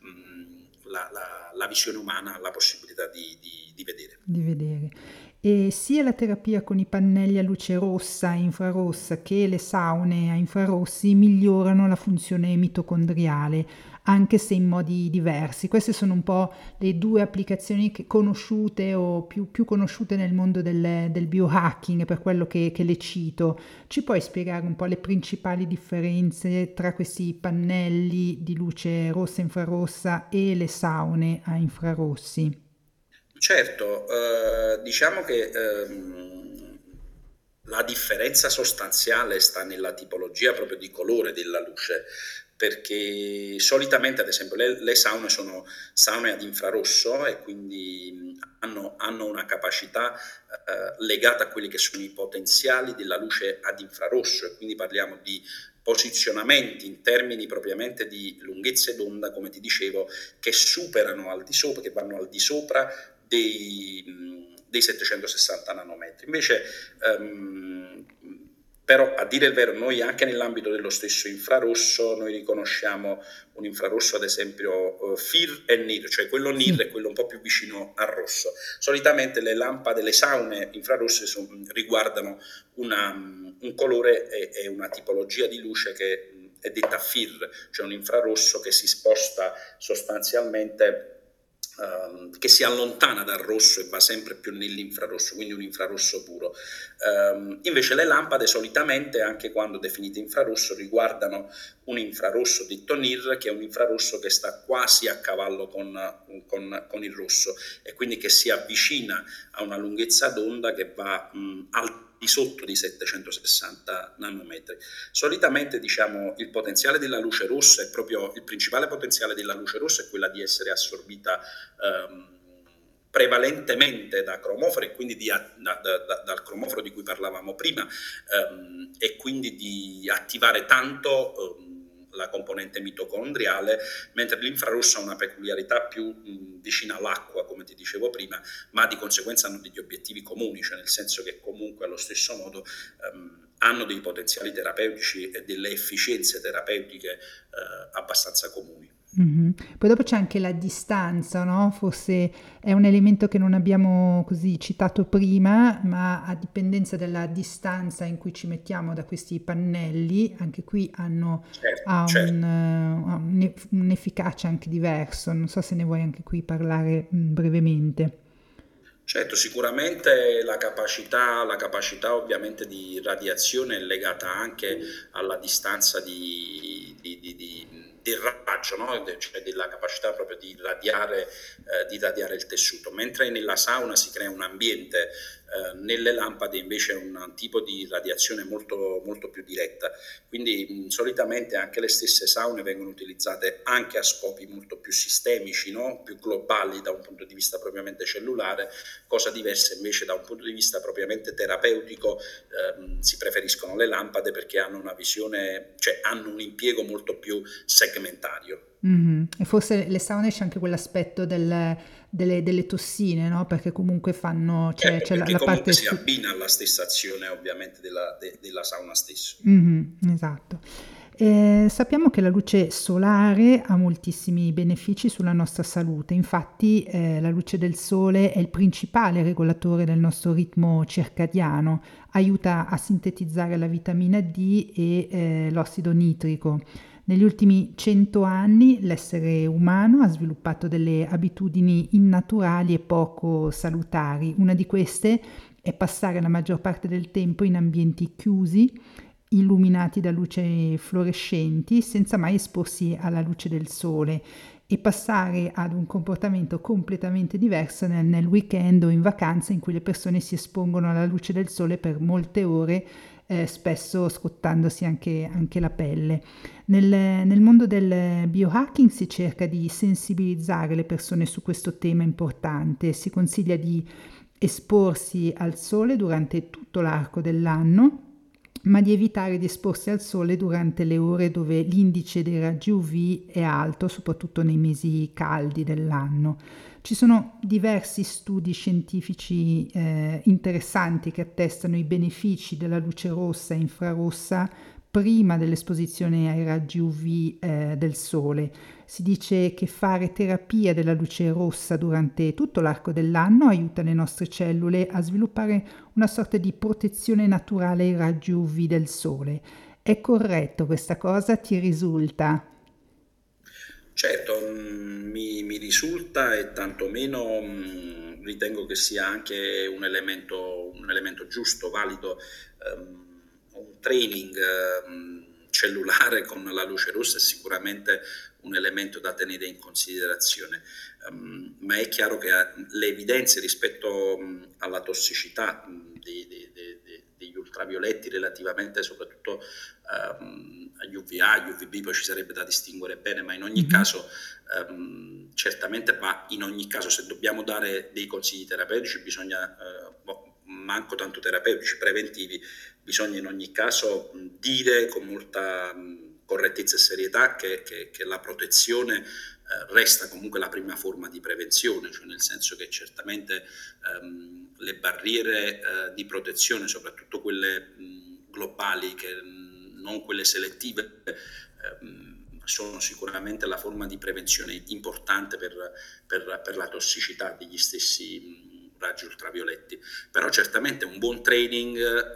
mh, la, la, la visione umana ha la possibilità di, di, di vedere.
Di vedere. E sia la terapia con i pannelli a luce rossa e infrarossa che le saune a infrarossi migliorano la funzione mitocondriale, anche se in modi diversi. Queste sono un po' le due applicazioni che conosciute o più, più conosciute nel mondo del, del biohacking, per quello che, che le cito. Ci puoi spiegare un po' le principali differenze tra questi pannelli di luce rossa e infrarossa e le saune a infrarossi?
Certo, eh, diciamo che ehm, la differenza sostanziale sta nella tipologia proprio di colore della luce, perché solitamente, ad esempio, le, le saune sono saune ad infrarosso e quindi hanno, hanno una capacità eh, legata a quelli che sono i potenziali della luce ad infrarosso, e quindi parliamo di posizionamenti in termini propriamente di lunghezze d'onda, come ti dicevo, che superano al di sopra, che vanno al di sopra dei, dei settecentosessanta nanometri. Invece, um, però, a dire il vero, noi anche nell'ambito dello stesso infrarosso, noi riconosciamo un infrarosso, ad esempio, uh, F I R e N I R, cioè quello N I R sì. È quello un po' più vicino al rosso. Solitamente le lampade, le saune infrarosse son, riguardano una, un colore e, e una tipologia di luce che è detta F I R, cioè un infrarosso che si sposta sostanzialmente, Uh, che si allontana dal rosso e va sempre più nell'infrarosso, quindi un infrarosso puro. Uh, invece le lampade solitamente, anche quando definite infrarosso, riguardano un infrarosso detto N I R, che è un infrarosso che sta quasi a cavallo con, con, con il rosso, e quindi che si avvicina a una lunghezza d'onda che va mh, al di sotto di settecentosessanta nanometri. Solitamente, diciamo, il potenziale della luce rossa è proprio il principale potenziale della luce rossa è quella di essere assorbita ehm, prevalentemente da cromoforo, e quindi di, da, da, da, dal cromoforo di cui parlavamo prima, ehm, e quindi di attivare tanto ehm, la componente mitocondriale, mentre l'infrarosso ha una peculiarità più mh, vicina all'acqua, come ti dicevo prima, ma di conseguenza hanno degli obiettivi comuni, cioè nel senso che comunque allo stesso modo ehm, hanno dei potenziali terapeutici e delle efficienze terapeutiche eh, abbastanza comuni.
Mm-hmm. Poi dopo c'è anche la distanza, no? Forse è un elemento che non abbiamo così citato prima, ma a dipendenza della distanza in cui ci mettiamo da questi pannelli, anche qui hanno
certo,
ha
certo.
Un, uh, un'efficacia anche diversa. Non so se ne vuoi anche qui parlare mh, brevemente.
Certo, sicuramente la capacità, la capacità ovviamente di radiazione è legata anche alla distanza di, di, di, di del raggio, no? Cioè della capacità proprio di radiare, eh, di radiare il tessuto, mentre nella sauna si crea un ambiente, eh, nelle lampade invece è un tipo di radiazione molto, molto più diretta, quindi mh, solitamente anche le stesse saune vengono utilizzate anche a scopi molto più sistemici, no? Più globali da un punto di vista propriamente cellulare, cosa diversa invece da un punto di vista propriamente terapeutico. Eh, si preferiscono le lampade perché hanno una visione, cioè hanno un impiego molto più segmentario.
Mm-hmm. E forse le saune c'è anche quell'aspetto del, delle, delle tossine, no? Perché comunque fanno, c'è,
certo,
c'è la,
perché
la
comunque
parte
si
su-
abbina alla stessa azione ovviamente della, de, della sauna stessa.
Mm-hmm, esatto. Eh, sappiamo che la luce solare ha moltissimi benefici sulla nostra salute, infatti eh, la luce del sole è il principale regolatore del nostro ritmo circadiano, aiuta a sintetizzare la vitamina D e eh, l'ossido nitrico. Negli ultimi cento anni l'essere umano ha sviluppato delle abitudini innaturali e poco salutari. Una di queste è passare la maggior parte del tempo in ambienti chiusi, illuminati da luci fluorescenti, senza mai esporsi alla luce del sole, e passare ad un comportamento completamente diverso nel, nel weekend o in vacanza, in cui le persone si espongono alla luce del sole per molte ore, eh, spesso scottandosi anche, anche la pelle. Nel, nel mondo del biohacking si cerca di sensibilizzare le persone su questo tema importante, si consiglia di esporsi al sole durante tutto l'arco dell'anno, ma di evitare di esporsi al sole durante le ore dove l'indice dei raggi U V è alto, soprattutto nei mesi caldi dell'anno. Ci sono diversi studi scientifici eh, interessanti che attestano i benefici della luce rossa e infrarossa prima dell'esposizione ai raggi U V eh, del sole. Si dice che fare terapia della luce rossa durante tutto l'arco dell'anno aiuta le nostre cellule a sviluppare una sorta di protezione naturale ai raggi U V del sole. È corretto questa cosa? Ti risulta?
Certo, mm, mi, mi risulta e tantomeno mm, ritengo che sia anche un elemento, un elemento giusto, valido, ehm, un training ehm, cellulare con la luce rossa è sicuramente un elemento da tenere in considerazione. Ehm, ma è chiaro che eh, le evidenze rispetto mm, alla tossicità mm, di- di- di- di- degli ultravioletti relativamente soprattutto ehm, agli U V A, agli U V B, poi ci sarebbe da distinguere bene, ma in ogni
Mhm.
caso ehm, certamente, ma in ogni caso se dobbiamo dare dei consigli terapeutici bisogna, eh, boh, manco tanto terapeutici, preventivi, bisogna in ogni caso mh, dire con molta mh, correttezza e serietà che, che- che la protezione eh, resta comunque la prima forma di prevenzione, cioè nel senso che certamente ehm, le barriere eh, di protezione, soprattutto quelle mh, globali, che, mh, non quelle selettive, ehm, sono sicuramente la forma di prevenzione importante per, per- per la tossicità degli stessi mh, raggi ultravioletti. Però certamente un buon training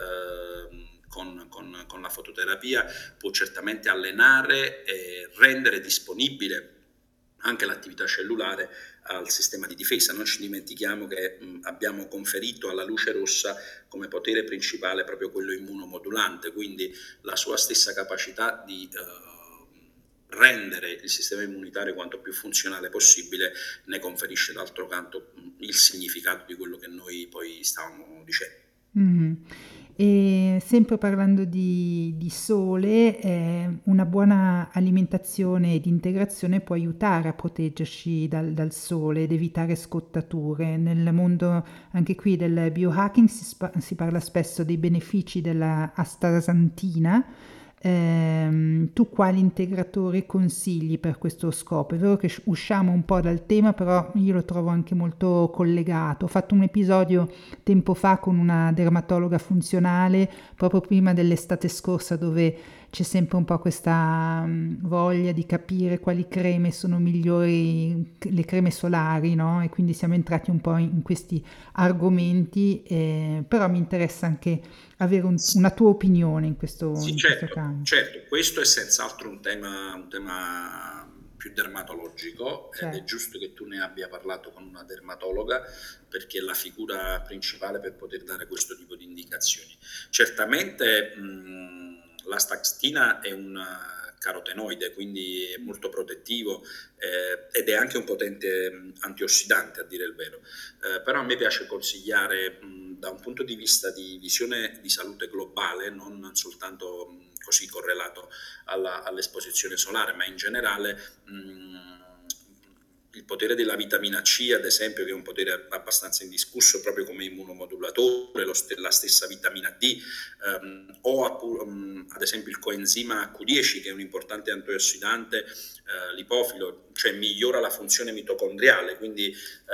eh, con, con- con la fototerapia può certamente allenare e rendere disponibile anche l'attività cellulare al sistema di difesa. Non ci dimentichiamo che mh, abbiamo conferito alla luce rossa come potere principale proprio quello immunomodulante, quindi la sua stessa capacità di eh, rendere il sistema immunitario quanto più funzionale possibile ne conferisce d'altro canto mh, il significato di quello che noi poi stavamo dicendo.
Mh-mh. E sempre parlando di di sole, ehm, una buona alimentazione ed integrazione può aiutare a proteggerci dal dal sole ed evitare scottature. Nel mondo anche qui del biohacking si spa si parla spesso dei benefici della astasantina. Ehm, tu quali integratori consigli per questo scopo? È vero che sc usciamo un po' dal tema, però io lo trovo anche molto collegato. Ho fatto un episodio tempo fa con una dermatologa funzionale, proprio prima dell'estate scorsa, dove c'è sempre un po' questa mm, voglia di capire quali creme sono migliori, c- le creme solari, no? E quindi siamo entrati un po' in, in questi argomenti, eh, però mi interessa anche avere un- una tua opinione in questo,
Sì,
in questo
certo,
campo.
certo, questo è senz'altro un tema, un tema più dermatologico ed è
Certo.
giusto che tu ne abbia parlato con una dermatologa perché è la figura principale per poter dare questo tipo di indicazioni. Certamente mh, la staxtina è un carotenoide, quindi è molto protettivo eh, ed è anche un potente mh, antiossidante, a dire il vero. Eh, però a me piace consigliare mh, da un punto di vista di visione di salute globale, non soltanto mh, così correlato alla, all'esposizione solare, ma in generale mh, il potere della vitamina C, ad esempio, che è un potere abbastanza indiscusso proprio come immunomodulatore, st- la stessa vitamina D, ehm, o appu- um, ad esempio il coenzima A Q dieci, che è un importante antiossidante eh, lipofilo, cioè migliora la funzione mitocondriale, quindi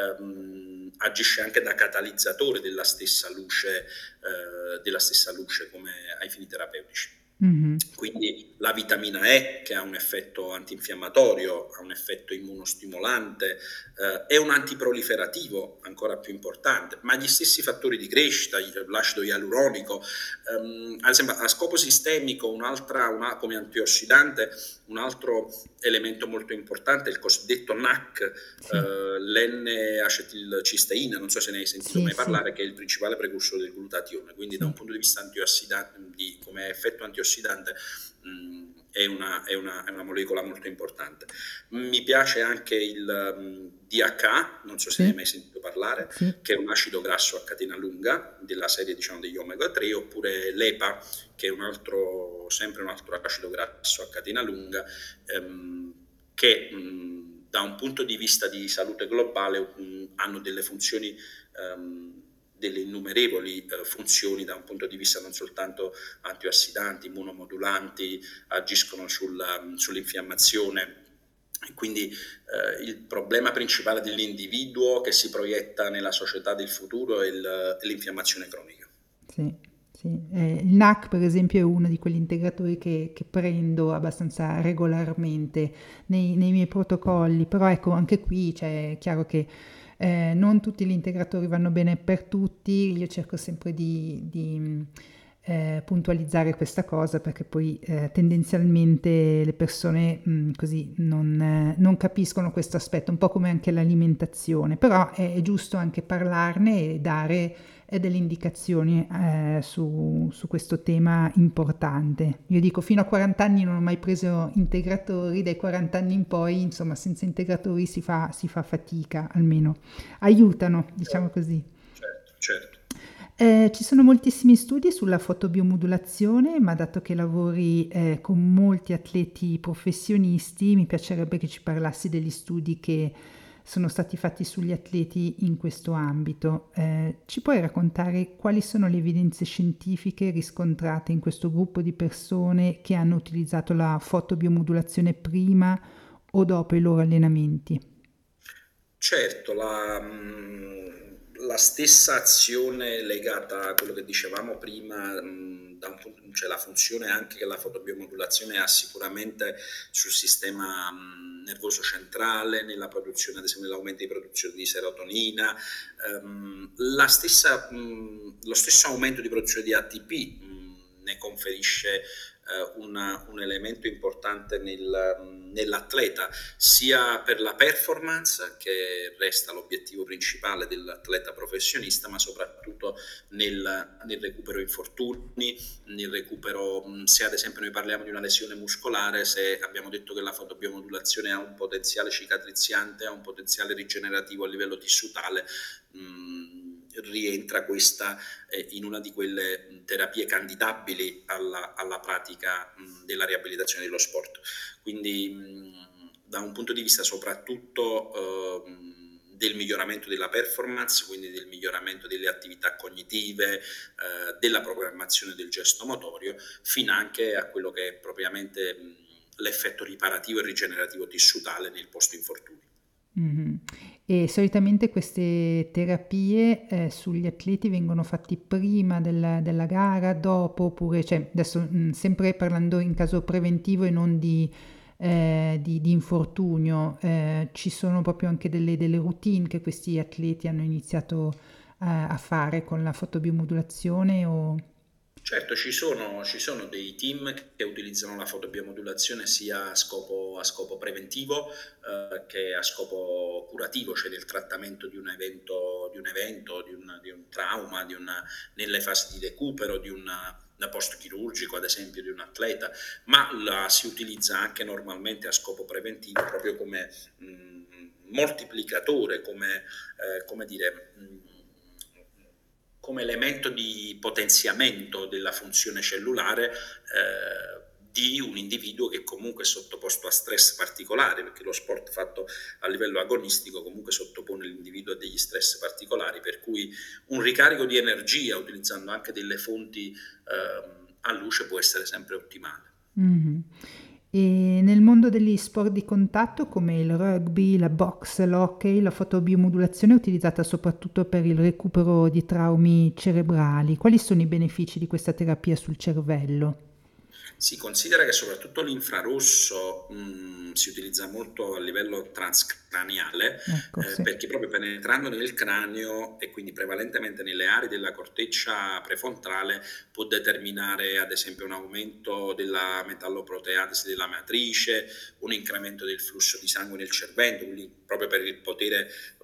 ehm, agisce anche da catalizzatore della stessa luce, eh, della stessa luce come ai fini terapeutici.
Mhm.
Quindi la vitamina E, che ha un effetto antinfiammatorio, ha un effetto immunostimolante, eh, è un antiproliferativo ancora più importante, ma gli stessi fattori di crescita, l'acido ialuronico, ehm, ad esempio a scopo sistemico, un'altra, una, come antiossidante, un altro elemento molto importante è il cosiddetto N A C,
Sì,
eh, l'N-acetilcisteina, non so se ne hai sentito
sì,
mai
sì.
parlare, che è il principale precursore del glutatione, quindi da
Sì.
un punto di vista antiossidante, di, come effetto antiossidante, mh, è una, è una- è una molecola molto importante. Mi piace anche il um, D H A, non so se ne hai
Sì,
mai sentito parlare,
sì.
che è un acido grasso a catena lunga della serie, diciamo, degli omega tre, oppure l'E P A, che è un altro, sempre un altro acido grasso a catena lunga, ehm, che mh, da un punto di vista di salute globale mh, hanno delle funzioni, ehm, delle innumerevoli eh, funzioni da un punto di vista non soltanto antiossidanti, immunomodulanti, agiscono sulla- sull'infiammazione. E quindi eh, il problema principale dell'individuo che si proietta nella società del futuro è il- è l'infiammazione cronica.
Sì, sì. Eh, il N A C per esempio è uno di quegli integratori che, che prendo abbastanza regolarmente nei, nei miei protocolli, però ecco anche qui cioè, è chiaro che eh, non tutti gli integratori vanno bene per tutti, io cerco sempre di, di, mh, eh, puntualizzare questa cosa perché poi eh, tendenzialmente le persone mh, così non, eh, non capiscono questo aspetto, un po' come anche l'alimentazione, però è, è giusto anche parlarne e dare e delle indicazioni eh, su, su questo tema importante. Io dico fino a quaranta anni non ho mai preso integratori, dai quaranta anni in poi, insomma, senza integratori si fa, si fa fatica, almeno aiutano, diciamo così.
Certo, certo.
Eh, ci sono moltissimi studi sulla fotobiomodulazione, ma dato che lavori eh, con molti atleti professionisti, mi piacerebbe che ci parlassi degli studi che sono stati fatti sugli atleti in questo ambito. Eh, ci puoi raccontare quali sono le evidenze scientifiche riscontrate in questo gruppo di persone che hanno utilizzato la fotobiomodulazione prima o dopo i loro allenamenti?
Certo, la, mh, la stessa azione legata a quello che dicevamo prima, mh, da un punto- cioè la funzione anche che la fotobiomodulazione ha sicuramente sul sistema mh, nervoso centrale, nella produzione, ad esempio, nell'aumento di produzione di serotonina, ehm, la stessa, mh, lo stesso aumento di produzione di A T P mh, ne conferisce eh, una- un elemento importante nel- nell'atleta sia per la performance, che resta l'obiettivo principale dell'atleta professionista, ma soprattutto nel, nel recupero infortuni, nel recupero, se ad esempio noi parliamo di una lesione muscolare, se abbiamo detto che la fotobiomodulazione ha un potenziale cicatriziante, ha un potenziale rigenerativo a livello tissutale, mh, rientra questa eh, in una di quelle terapie candidabili alla, alla pratica mh, della riabilitazione dello sport. Quindi mh, da un punto di vista soprattutto eh, del miglioramento della performance, quindi del miglioramento delle attività cognitive, eh, della programmazione del gesto motorio, fino anche a quello che è propriamente mh, l'effetto riparativo e rigenerativo tissutale nel post-infortunio.
Mhm. E solitamente queste terapie eh, sugli atleti vengono fatti prima della, della gara, dopo, oppure, cioè, adesso mh, sempre parlando in caso preventivo e non di, eh, di- di infortunio, eh, ci sono proprio anche delle, delle routine che questi atleti hanno iniziato a, a fare con la fotobiomodulazione o...
Certo, ci sono, ci sono dei team che utilizzano la fotobiomodulazione sia a scopo, a scopo preventivo eh, che a scopo curativo, cioè del trattamento di un evento, di un, evento, di un, di un trauma, di una, nelle fasi di recupero, di un da post chirurgico, ad esempio, di un atleta, ma la si utilizza anche normalmente a scopo preventivo proprio come mh, moltiplicatore, come, eh, come dire... Mh, come elemento di potenziamento della funzione cellulare eh, di un individuo che comunque è sottoposto a stress particolari, perché lo sport fatto a livello agonistico comunque sottopone l'individuo a degli stress particolari, per cui un ricarico di energia utilizzando anche delle fonti eh, a luce può essere sempre ottimale.
Mhm. E nel mondo degli sport di contatto come il rugby, la box, l'hockey, la fotobiomodulazione è utilizzata soprattutto per il recupero di traumi cerebrali. Quali sono i benefici di questa terapia sul cervello?
Si considera che soprattutto l'infrarosso mh, si utilizza molto a livello transcraniale
Ecco,
eh,
sì.
perché proprio penetrando nel cranio e quindi prevalentemente nelle aree della corteccia prefrontale può determinare ad esempio un aumento della metalloproteasi della matrice, un incremento del flusso di sangue nel cervello, quindi proprio per il potere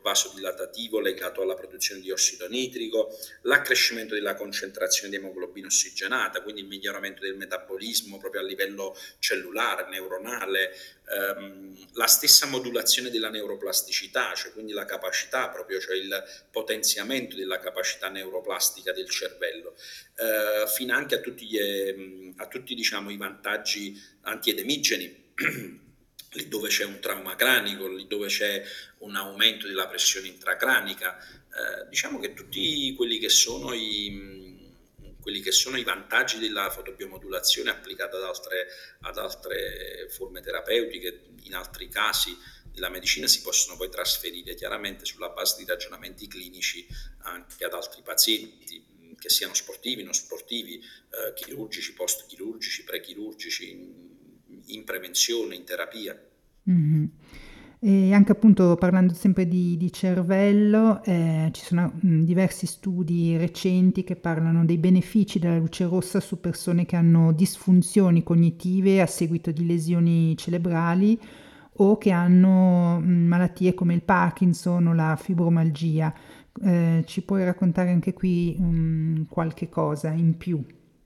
vasodilatativo legato alla produzione di ossido nitrico, l'accrescimento della concentrazione di emoglobina ossigenata, quindi il miglioramento del metabolismo proprio a livello cellulare, neuronale, ehm, la stessa modulazione della neuroplasticità, cioè quindi la capacità proprio, cioè il potenziamento della capacità neuroplastica del cervello, eh, fino anche a tutti, gli, ehm, a tutti diciamo, i vantaggi antiedemigeni, lì dove c'è un trauma cranico, lì dove c'è un aumento della pressione intracranica, eh, diciamo che tutti quelli che sono i, quelli che sono i vantaggi della fotobiomodulazione applicata ad altre, ad altre forme terapeutiche, in altri casi della medicina, si possono poi trasferire chiaramente sulla base di ragionamenti clinici anche ad altri pazienti, che siano sportivi, non sportivi, eh, chirurgici, post-chirurgici, prechirurgici, in prevenzione, in terapia.
Mm-hmm. E anche appunto parlando sempre di, di cervello, eh, ci sono mh, diversi studi recenti che parlano dei benefici della luce rossa su persone che hanno disfunzioni cognitive a seguito di lesioni cerebrali o che hanno mh, malattie come il Parkinson o la fibromialgia. Eh, ci puoi raccontare anche qui um, qualche cosa in più?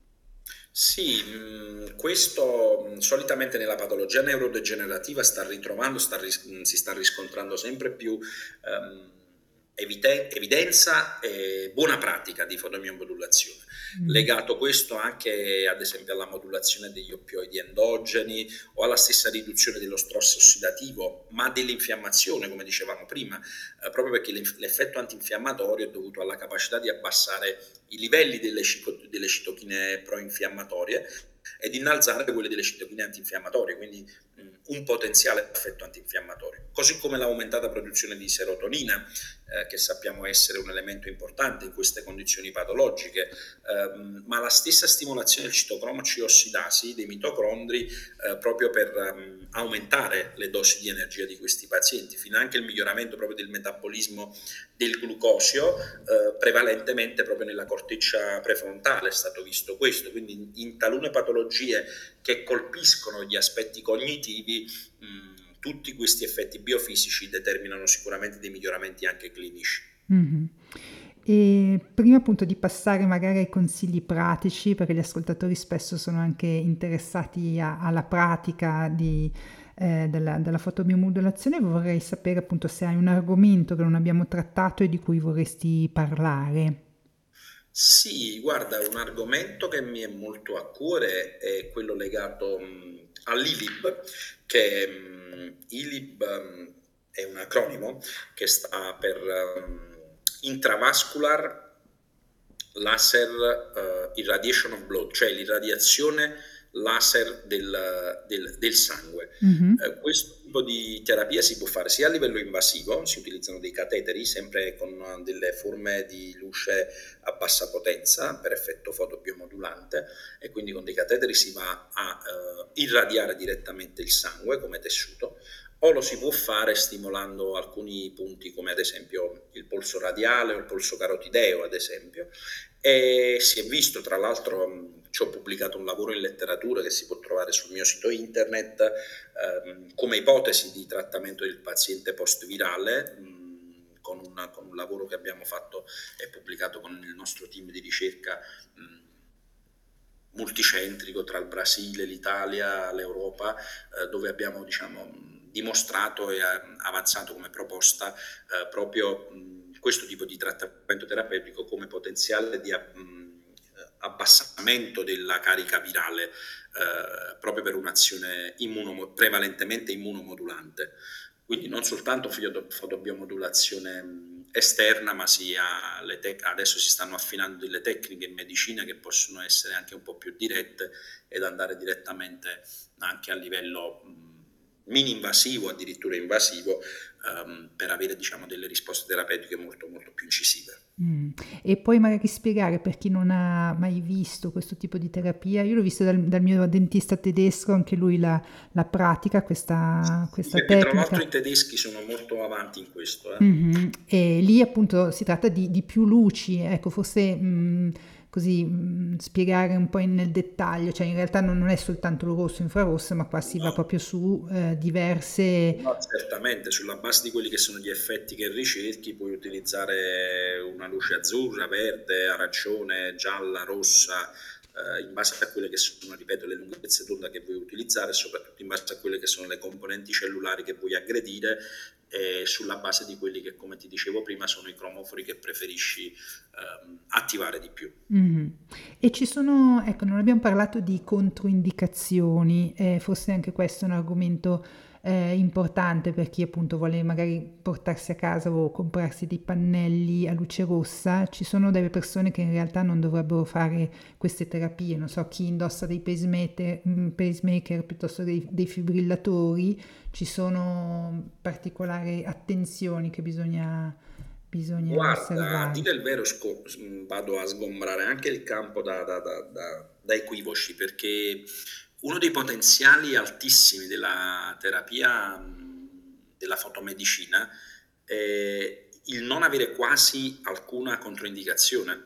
Sì, mh, questo mh, solitamente nella patologia neurodegenerativa sta ritrovando, sta ris- mh, si sta riscontrando sempre più ehm, evite- evidenza e buona pratica di fotomiomodulazione.
Mm.
Legato questo anche ad esempio alla modulazione degli oppioidi endogeni o alla stessa riduzione dello stress ossidativo, ma dell'infiammazione, come dicevamo prima, eh, proprio perché l'eff- l'effetto antinfiammatorio è dovuto alla capacità di abbassare i livelli delle, cico- delle citochine proinfiammatorie ed innalzare quelle delle citochine antinfiammatorie, quindi mh, un potenziale effetto antinfiammatorio. Così come l'aumentata produzione di serotonina, eh, che sappiamo essere un elemento importante in queste condizioni patologiche, ehm, ma la stessa stimolazione del citocromo C ossidasi dei mitocondri, eh, proprio per um, aumentare le dosi di energia di questi pazienti, fino anche il miglioramento proprio del metabolismo del glucosio, eh, prevalentemente proprio nella corteccia prefrontale è stato visto questo, quindi in, in talune patologie che colpiscono gli aspetti cognitivi, mh, tutti questi effetti biofisici determinano sicuramente dei miglioramenti anche clinici.
Mhm. E prima appunto di passare magari ai consigli pratici, perché gli ascoltatori spesso sono anche interessati a- alla pratica di, eh, della, della fotobiomodulazione, vorrei sapere appunto se hai un argomento che non abbiamo trattato e di cui vorresti parlare.
Sì, guarda, un argomento che mi è molto a cuore è quello legato mh, all'I L I B, che mh, I L I B mh, è un acronimo che sta per um, Intravascular Laser uh, Irradiation of Blood, cioè l'irradiazione laser del, del, del sangue.
Mhm.
Eh, questo tipo di terapia si può fare sia a livello invasivo, si utilizzano dei cateteri sempre con delle forme di luce a bassa potenza per effetto fotobiomodulante, e quindi con dei cateteri si va a eh, irradiare direttamente il sangue come tessuto, o lo si può fare stimolando alcuni punti come ad esempio il polso radiale o il polso carotideo ad esempio, e si è visto, tra l'altro ci ho pubblicato un lavoro in letteratura che si può trovare sul mio sito internet, ehm, come ipotesi di trattamento del paziente post-virale, mh, con, una, con un lavoro che abbiamo fatto e pubblicato con il nostro team di ricerca mh, multicentrico tra il Brasile, l'Italia, l'Europa, eh, dove abbiamo diciamo, dimostrato e avanzato come proposta eh, proprio mh, questo tipo di trattamento terapeutico come potenziale di mh, abbassamento della carica virale, eh, proprio per un'azione immuno, prevalentemente immunomodulante. Quindi non soltanto fotobiomodulazione esterna, ma sia le tec- adesso si stanno affinando delle tecniche in medicina che possono essere anche un po' più dirette ed andare direttamente anche a livello mini invasivo, addirittura invasivo, ehm, per avere diciamo delle risposte terapeutiche molto molto più incisive.
Mm. E poi magari spiegare per chi non ha mai visto questo tipo di terapia, io l'ho visto dal, dal mio dentista tedesco, anche lui la, la pratica, questa,
Sì,
questa
perché tra l'altro
tecnica.
i tedeschi sono molto avanti in questo. Eh.
Mhm. E lì appunto si tratta di, di più luci, ecco, forse mh, così mh, spiegare un po' in- nel dettaglio, cioè in realtà non, non è soltanto il rosso infrarosso, ma qua si va
No,
proprio su eh, diverse...
no, certamente, sulla base di quelli che sono gli effetti che ricerchi, puoi utilizzare una luce azzurra, verde, arancione, gialla, rossa, eh, in base a quelle che sono, ripeto, le lunghezze d'onda che vuoi utilizzare e soprattutto in base a quelle che sono le componenti cellulari che vuoi aggredire e sulla base di quelli che, come ti dicevo prima, sono i cromofori che preferisci ehm, attivare di più.
Mhm. E ci sono, ecco, non abbiamo parlato di controindicazioni, eh, forse anche questo è un argomento eh, importante per chi appunto vuole magari portarsi a casa o comprarsi dei pannelli a luce rossa. Ci sono delle persone che in realtà non dovrebbero fare queste terapie, non so, chi indossa dei pacemaker, mm, pacemaker piuttosto dei, dei fibrillatori, ci sono particolari attenzioni che bisogna, bisogna
Guarda, a
osservare.
dire il vero, sco- s- vado a sgombrare anche il campo da, da- da- da- da equivoci, perché uno dei potenziali altissimi della terapia, mh, della fotomedicina, è il non avere quasi alcuna controindicazione,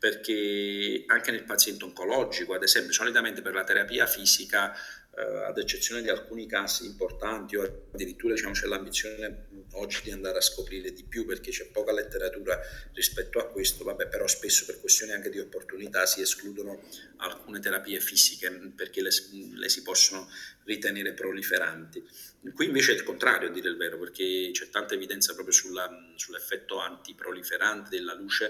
perché anche nel paziente oncologico, ad esempio, solitamente per la terapia fisica, eh, ad eccezione di alcuni casi importanti o addirittura diciamo, c'è l'ambizione mh, oggi di andare a scoprire di più perché c'è poca letteratura rispetto a questo, vabbè, però spesso per questioni anche di opportunità si escludono alcune terapie fisiche mh, perché le, le si possono ritenere proliferanti. Qui invece è il contrario, a dire il vero, perché c'è tanta evidenza proprio sulla, sull'effetto antiproliferante della luce,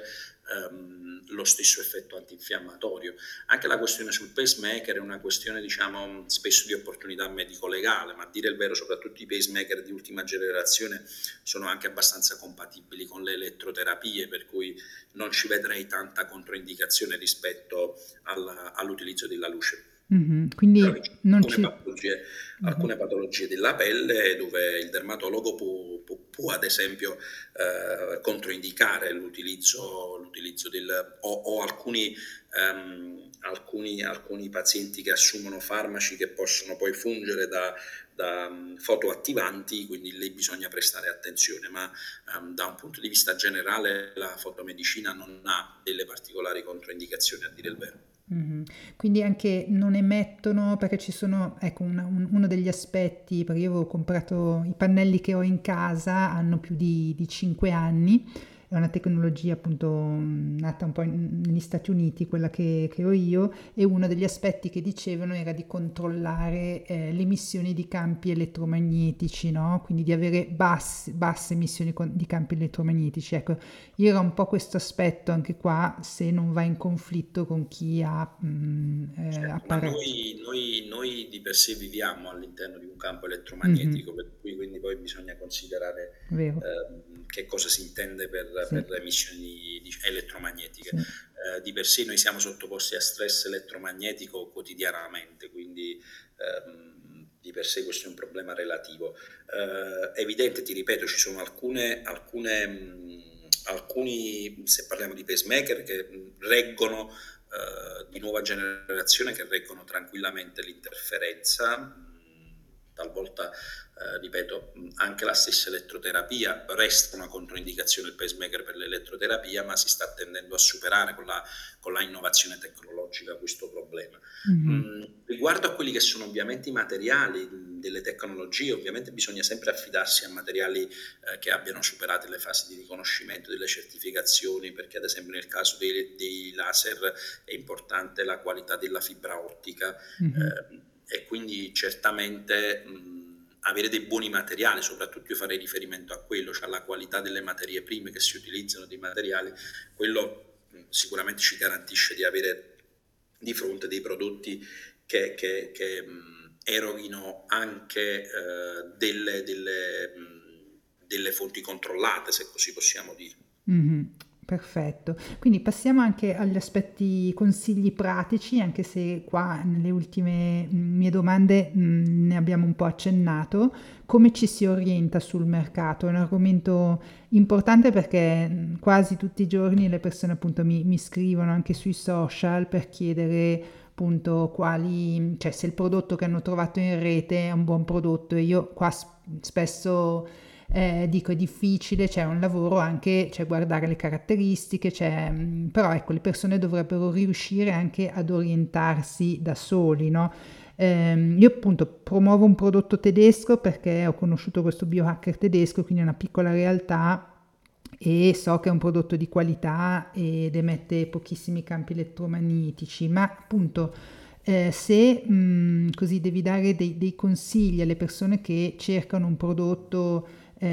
ehm, lo stesso effetto antinfiammatorio. Anche la questione sul pacemaker è una questione, diciamo, spesso di opportunità medico-legale, ma a dire il vero, soprattutto i pacemaker di ultima generazione sono anche abbastanza compatibili con le elettroterapie, per cui non ci vedrei tanta controindicazione rispetto alla- all'utilizzo della luce.
Mhm.
Però
Quindi
ci sono
non
alcune
ci...
patologie,
Mhm.
alcune patologie della pelle dove il dermatologo può, può- può, ad esempio eh, controindicare l'utilizzo, l'utilizzo del, o, o alcuni, ehm, alcuni, alcuni pazienti che assumono farmaci che possono poi fungere da, da um, fotoattivanti, quindi lì bisogna prestare attenzione, ma um, da un punto di vista generale la fotomedicina non ha delle particolari controindicazioni, a dire il vero.
Mhm. Quindi anche non emettono, perché ci sono, ecco, una- un- uno degli aspetti, perché io avevo comprato i pannelli che ho in casa, hanno più di, di cinque anni, è una tecnologia appunto mh, nata un po' in- negli Stati Uniti, quella che, che ho io, e uno degli aspetti che dicevano era di controllare eh, le emissioni di campi elettromagnetici, no? Quindi di avere basse, basse emissioni con- di campi elettromagnetici. Ecco, io era un po' questo aspetto anche qua, se non va in conflitto con chi ha mm, eh,
Certo, ma
apparecchi.
noi, noi- noi di per sé viviamo all'interno di un campo
Mhm,
elettromagnetico, per cui quindi poi bisogna considerare
vero,
ehm, che cosa si intende per,
sì,
per emissioni di- elettromagnetiche.
sì.
Eh, di per sé noi siamo sottoposti a stress elettromagnetico quotidianamente, quindi ehm, di per sé questo è un problema relativo. Eh, è evidente, ti ripeto, ci sono alcune, alcune, mh, alcuni, se parliamo di pacemaker, che mh, reggono eh, di nuova generazione che reggono tranquillamente l'interferenza. Mh, Talvolta, eh, ripeto, mh, anche la stessa elettroterapia resta una controindicazione il pacemaker per l'elettroterapia, ma si sta tendendo a superare con la, con la innovazione tecnologica questo problema.
Mhm,
Mm, riguardo a quelli che sono ovviamente i materiali mh, delle tecnologie, ovviamente bisogna sempre affidarsi a materiali eh, che abbiano superato le fasi di riconoscimento delle certificazioni, perché ad esempio nel caso dei, dei laser è importante la qualità della fibra ottica
mhm.
eh, e quindi certamente mh, avere dei buoni materiali, soprattutto io farei riferimento a quello, cioè alla qualità delle materie prime che si utilizzano, dei materiali, quello mh, sicuramente ci garantisce di avere di fronte dei prodotti che, che, che mh, eroghino anche eh, delle, delle, mh, delle fonti controllate, se così possiamo dire.
Mh-mh, perfetto. Quindi passiamo anche agli aspetti consigli pratici, anche se qua nelle ultime mhmm, mie domande, mhmm, ne abbiamo un po' accennato. Come ci si orienta sul mercato? È un argomento importante perché, mhmm, quasi tutti i giorni le persone appunto mi mi scrivono anche sui social per chiedere appunto quali cioè se il prodotto che hanno trovato in rete è un buon prodotto e io qua s spesso eh, dico è difficile, c'è un lavoro anche, c'è guardare le caratteristiche, c'è, mh, però ecco, le persone dovrebbero riuscire anche ad orientarsi da soli, no? Ehm, io appunto promuovo un prodotto tedesco perché ho conosciuto questo biohacker tedesco, quindi è una piccola realtà e so che è un prodotto di qualità ed emette pochissimi campi elettromagnetici, ma appunto eh, se mh, così devi dare dei, dei consigli alle persone che cercano un prodotto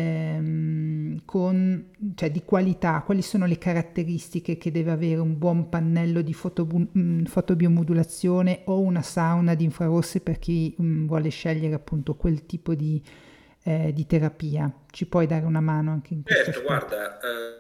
ehm, con, cioè, di qualità, quali sono le caratteristiche che deve avere un buon pannello di fotobu- mh, fotobiomodulazione o una sauna di infrarossi per chi mh, vuole scegliere appunto quel tipo di, eh, di terapia? Ci puoi dare una mano anche in questo
Certo,
aspetto?
guarda,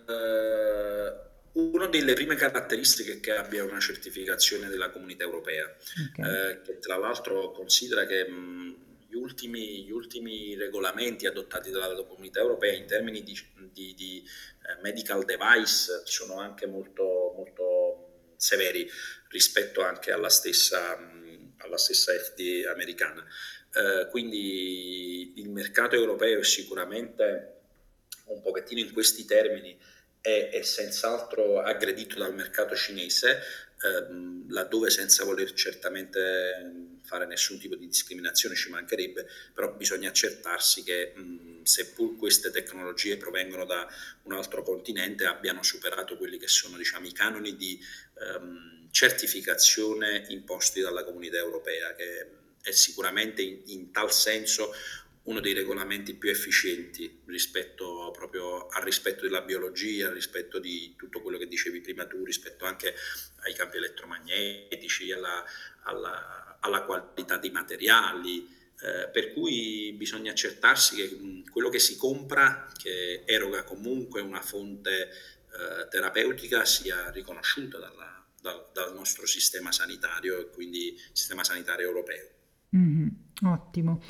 eh, una delle prime caratteristiche è che abbia una certificazione della Comunità Europea,
Ok.
eh, che tra l'altro considera che mh, gli ultimi, gli ultimi regolamenti adottati dalla Comunità Europea in termini di, di- di, eh, medical device sono anche molto, molto severi rispetto anche alla stessa, mh, alla stessa F D A americana. Eh, quindi il mercato europeo è sicuramente un pochettino in questi termini è, è senz'altro aggredito dal mercato cinese, ehm, laddove senza voler certamente fare nessun tipo di discriminazione ci mancherebbe, però bisogna accertarsi che mh, seppur queste tecnologie provengono da un altro continente abbiano superato quelli che sono diciamo, i canoni di ehm, certificazione imposti dalla Comunità Europea, che è sicuramente in, in tal senso uno dei regolamenti più efficienti rispetto proprio al rispetto della biologia, al rispetto di tutto quello che dicevi prima tu, rispetto anche ai campi elettromagnetici, alla, alla, alla qualità dei materiali, eh, per cui bisogna accertarsi che mh, quello che si compra, che eroga comunque una fonte eh, terapeutica, sia riconosciuta dalla, dal, dal nostro sistema sanitario e quindi sistema sanitario europeo.
Mh-mh, ottimo.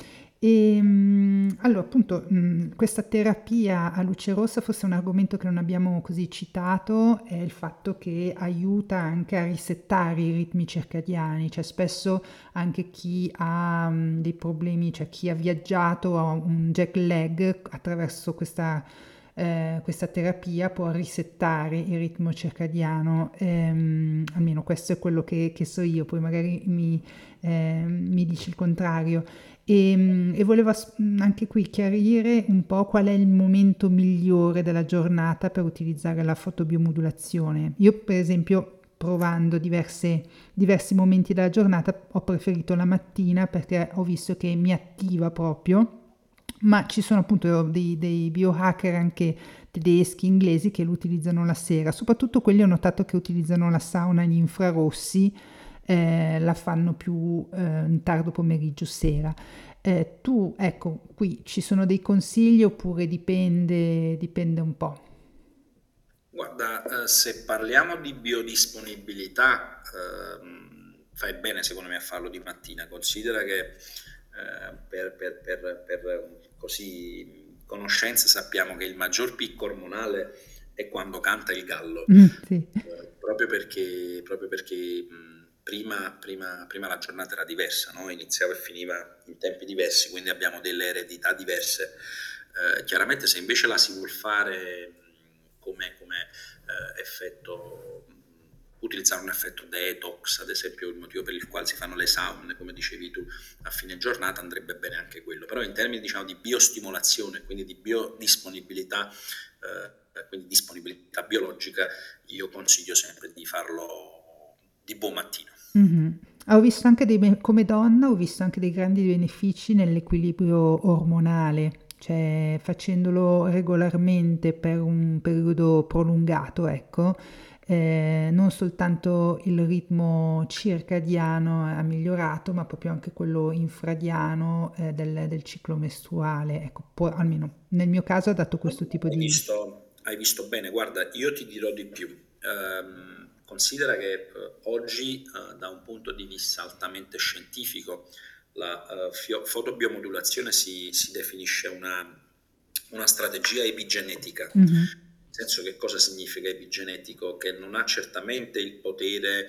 Ehm, allora appunto, mhmm, questa terapia a luce rossa, forse un argomento che non abbiamo così citato, è il fatto che aiuta anche a risettare i ritmi circadiani, cioè spesso anche chi ha, mhmm, dei problemi, cioè chi ha viaggiato, ha un jet lag, attraverso questa ehm, questa terapia può risettare il ritmo circadiano, ehm, almeno questo è quello che che so io, poi magari mi eh, mi dici il contrario. E, mm, e volevo as- mm, anche qui chiarire un po' qual è il momento migliore della giornata per utilizzare la fotobiomodulazione. Io, per esempio, provando diverse, diversi momenti della giornata, ho preferito la mattina perché ho visto che mi attiva proprio, ma ci sono appunto dei, dei biohacker anche tedeschi, inglesi che lo utilizzano la sera, soprattutto quelli ho notato che utilizzano la sauna agli infrarossi, eh, la fanno più eh, in tardo pomeriggio sera. Eh, tu, ecco, qui ci sono dei consigli oppure dipende, dipende un po'?
Guarda, eh, se parliamo di biodisponibilità, ehm, fai bene secondo me a farlo di mattina. Considera che eh, per, per- per- per, così conoscenze sappiamo che il maggior picco ormonale è quando canta il gallo,
Mm, sì.
eh, proprio perché, proprio perché mh, prima, prima- prima la giornata era diversa, no? Iniziava e finiva in tempi diversi, quindi abbiamo delle eredità diverse. Eh, chiaramente se invece la si vuol fare mh, come, come eh, effetto, mh, utilizzare un effetto detox, ad esempio il motivo per il quale si fanno le saune, come dicevi tu, a fine giornata andrebbe bene anche quello, però in termini diciamo di biostimolazione, quindi di biodisponibilità, eh, quindi disponibilità biologica, io consiglio sempre di farlo di buon mattino.
Mhm. Ho visto anche dei, be- come donna, ho visto anche dei grandi benefici nell'equilibrio ormonale, cioè facendolo regolarmente per un periodo prolungato, ecco, eh, non soltanto il ritmo circadiano ha migliorato, ma proprio anche quello infradiano, eh, del, del ciclo mestruale. Ecco, può- almeno nel mio caso ha dato questo tipo
Hai
di...
visto, hai visto bene, guarda, io ti dirò di più. Ehm, considera che eh, oggi, eh, da un punto di vista altamente scientifico, la eh, fio- fotobiomodulazione si, si definisce una, una strategia epigenetica.
Mhm.
Nel senso che cosa significa epigenetico? Che non ha certamente il potere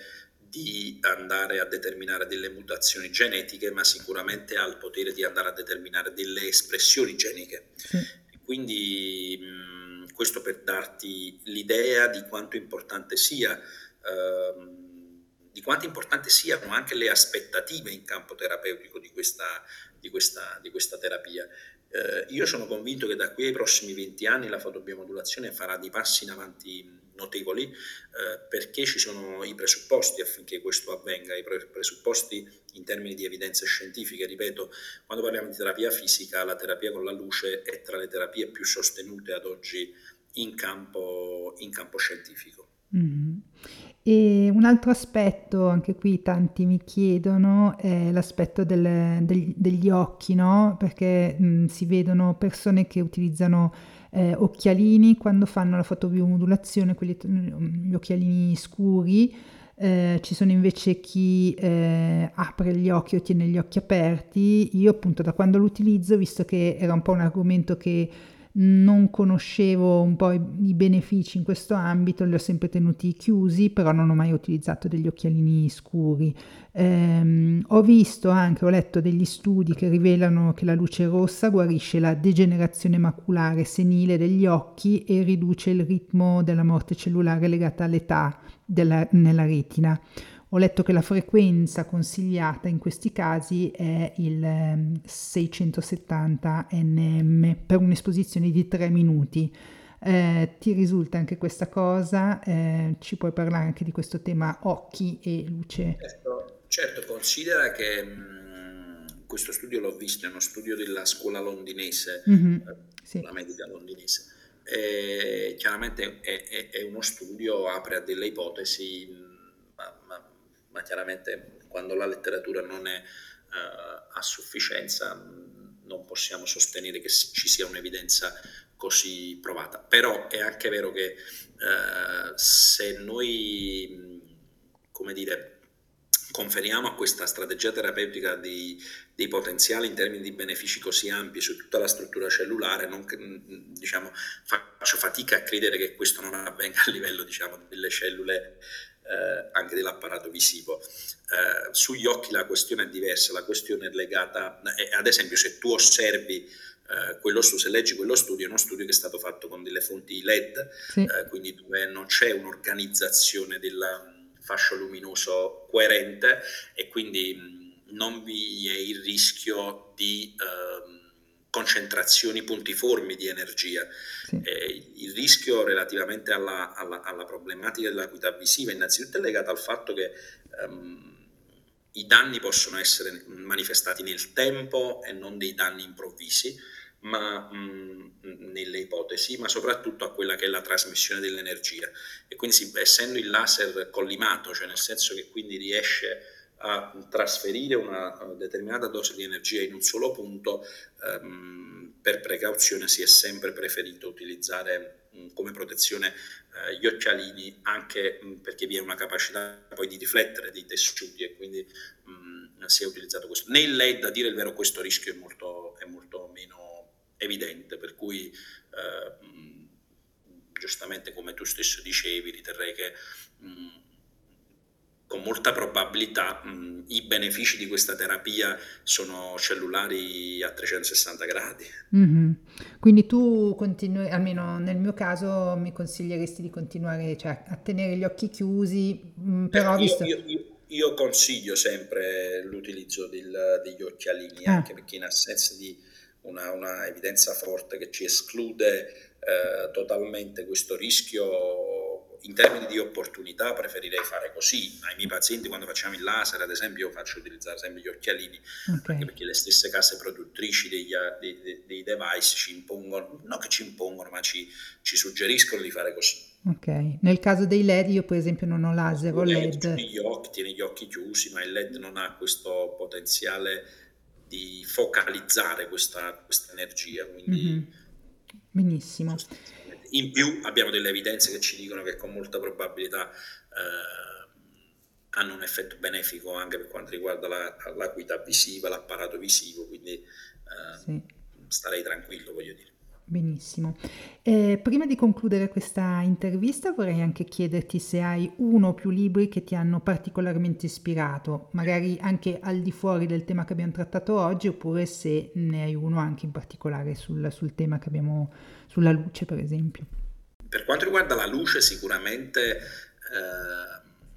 di andare a determinare delle mutazioni genetiche, ma sicuramente ha il potere di andare a determinare delle espressioni geniche.
Sì.
Quindi mh, questo per darti l'idea di quanto importante sia, ehm, di quanto importante siano anche le aspettative in campo terapeutico di questa, di questa, di questa terapia. Eh, io sono convinto che da qui ai prossimi venti anni la fotobiomodulazione farà dei passi in avanti notevoli, eh, perché ci sono i presupposti affinché questo avvenga, i pre- presupposti in termini di evidenze scientifiche. Ripeto, quando parliamo di terapia fisica, la terapia con la luce è tra le terapie più sostenute ad oggi in campo, in campo scientifico.
Mh-mh. E un altro aspetto, anche qui tanti mi chiedono, è l'aspetto del degl degli occhi, no, perché, mhmm, si vedono persone che utilizzano, ehm, occhialini quando fanno la fotobiomodulazione, quelli t mhmm, gli occhialini scuri, ehm, ci sono invece chi, ehm, apre gli occhi o tiene gli occhi aperti. Io appunto da quando lo utilizzo, visto che era un po' un argomento che non conoscevo un po' i i benefici in questo ambito, li ho sempre tenuti chiusi, però non ho mai utilizzato degli occhialini scuri. Ehm, ho visto anche, ho letto degli studi che rivelano che la luce rossa guarisce la degenerazione maculare senile degli occhi e riduce il ritmo della morte cellulare legata all'età della- nella retina. Ho letto che la frequenza consigliata in questi casi è il ehm, seicentosettanta nm per un'esposizione di tre minuti. Eh, ti risulta anche questa cosa? Eh, ci puoi parlare anche di questo tema occhi e luce?
Certo, certo, considera che mh, questo studio l'ho visto, è uno studio della scuola londinese,
Mhm,
eh,
sì,
la medica londinese. E chiaramente è, è- è uno studio, apre a delle ipotesi, mh, ma, ma- ma chiaramente quando la letteratura non è eh, a sufficienza, mh, non possiamo sostenere che si- ci sia un'evidenza così provata. Però è anche vero che eh, se noi, mh, come dire, conferiamo a questa strategia terapeutica dei, dei potenziali in termini di benefici così ampi su tutta la struttura cellulare, non, diciamo, faccio fatica a credere che questo non avvenga a livello, diciamo, delle cellule, eh, anche dell'apparato visivo. Eh, sugli occhi la questione è diversa, la questione è legata, eh, ad esempio, se tu osservi eh, quello studio, se leggi quello studio, è uno studio che è stato fatto con delle fonti L E D,
sì.
eh, quindi dove non c'è un'organizzazione del fascio luminoso coerente e quindi mh, non vi è il rischio di ehm, concentrazioni puntiformi di energia.
Sì.
Eh, il rischio relativamente alla, alla, alla problematica dell'acuità visiva innanzitutto è legato al fatto che ehm, i danni possono essere manifestati nel tempo e non dei danni improvvisi, ma mh, nelle ipotesi, ma soprattutto a quella che è la trasmissione dell'energia. E quindi sì, essendo il laser collimato, cioè nel senso che quindi riesce a trasferire una determinata dose di energia in un solo punto, ehm, per precauzione si è sempre preferito utilizzare mh, come protezione eh, gli occhialini, anche mh, perché vi è una capacità poi di riflettere dei tessuti e quindi mh, si è utilizzato questo. Nel L E D, a dire il vero, questo rischio è molto, è molto meno evidente, per cui eh, mh, giustamente come tu stesso dicevi, riterrei che mh, con molta probabilità mh, i benefici di questa terapia sono cellulari a trecentosessanta gradi.
Mh-mh. Quindi tu continui, almeno nel mio caso, mi consiglieresti di continuare, cioè a tenere gli occhi chiusi, mhmm, però
Certo, io,
visto
io- io- io consiglio sempre l'utilizzo del- degli occhialini,
ah,
anche perché in assenza di una, una evidenza forte che ci esclude eh, totalmente questo rischio, in termini di opportunità preferirei fare così. Ai miei pazienti quando facciamo il laser, ad esempio, io faccio utilizzare sempre gli occhialini, anche
okay,
perché le stesse case produttrici degli- dei, dei- dei device ci impongono, non che ci impongono, ma ci, ci suggeriscono di fare così.
okay. Nel caso dei L E D io per esempio non ho laser, ho
Tu hai chiudi
L E D.
gli occhi, tieni gli occhi chiusi, ma il L E D non ha questo potenziale di focalizzare questa, questa energia,
Mh-mh.
quindi
Benissimo.
sostanzialmente. In più abbiamo delle evidenze che ci dicono che con molta probabilità eh, hanno un effetto benefico anche per quanto riguarda la, l'acuità visiva, l'apparato visivo, quindi eh,
Sì.
starei tranquillo, voglio dire.
Benissimo. Eh, prima di concludere questa intervista vorrei anche chiederti se hai uno o più libri che ti hanno particolarmente ispirato, magari anche al di fuori del tema che abbiamo trattato oggi, oppure se ne hai uno anche in particolare sul, sul tema che abbiamo, sulla luce, per esempio.
Per quanto riguarda la luce, sicuramente eh,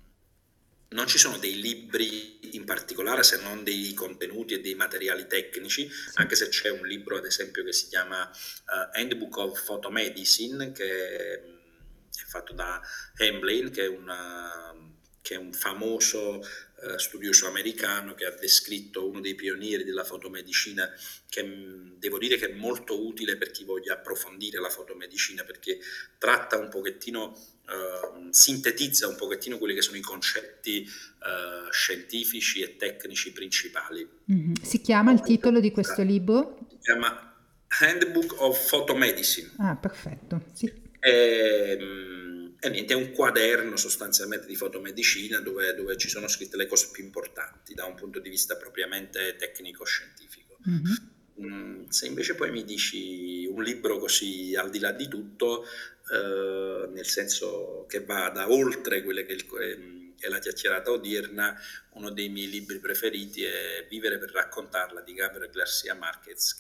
non ci sono dei libri in particolare, se non dei contenuti e dei materiali tecnici,
Sì.
anche se c'è un libro, ad esempio, che si chiama uh, Handbook of Photomedicine, che è fatto da Hamblin, che è, una, che è un famoso uh, studioso americano che ha descritto uno dei pionieri della fotomedicina, che mh, devo dire che è molto utile per chi voglia approfondire la fotomedicina, perché tratta un pochettino, uh, sintetizza un pochettino quelli che sono i concetti uh, scientifici e tecnici principali.
Mm-hmm. Si chiama il titolo di questo libro?
Si chiama Handbook of Photomedicine.
Ah, perfetto, sì.
E, e niente, è un quaderno sostanzialmente di fotomedicina dove, dove ci sono scritte le cose più importanti da un punto di vista propriamente tecnico-scientifico. Mm-hmm. Mm, se invece poi mi dici un libro così al di là di tutto, eh, nel senso che vada oltre quelle che il, è la chiacchierata odierna, uno dei miei libri preferiti è Vivere per raccontarla di Gabriel García Márquez,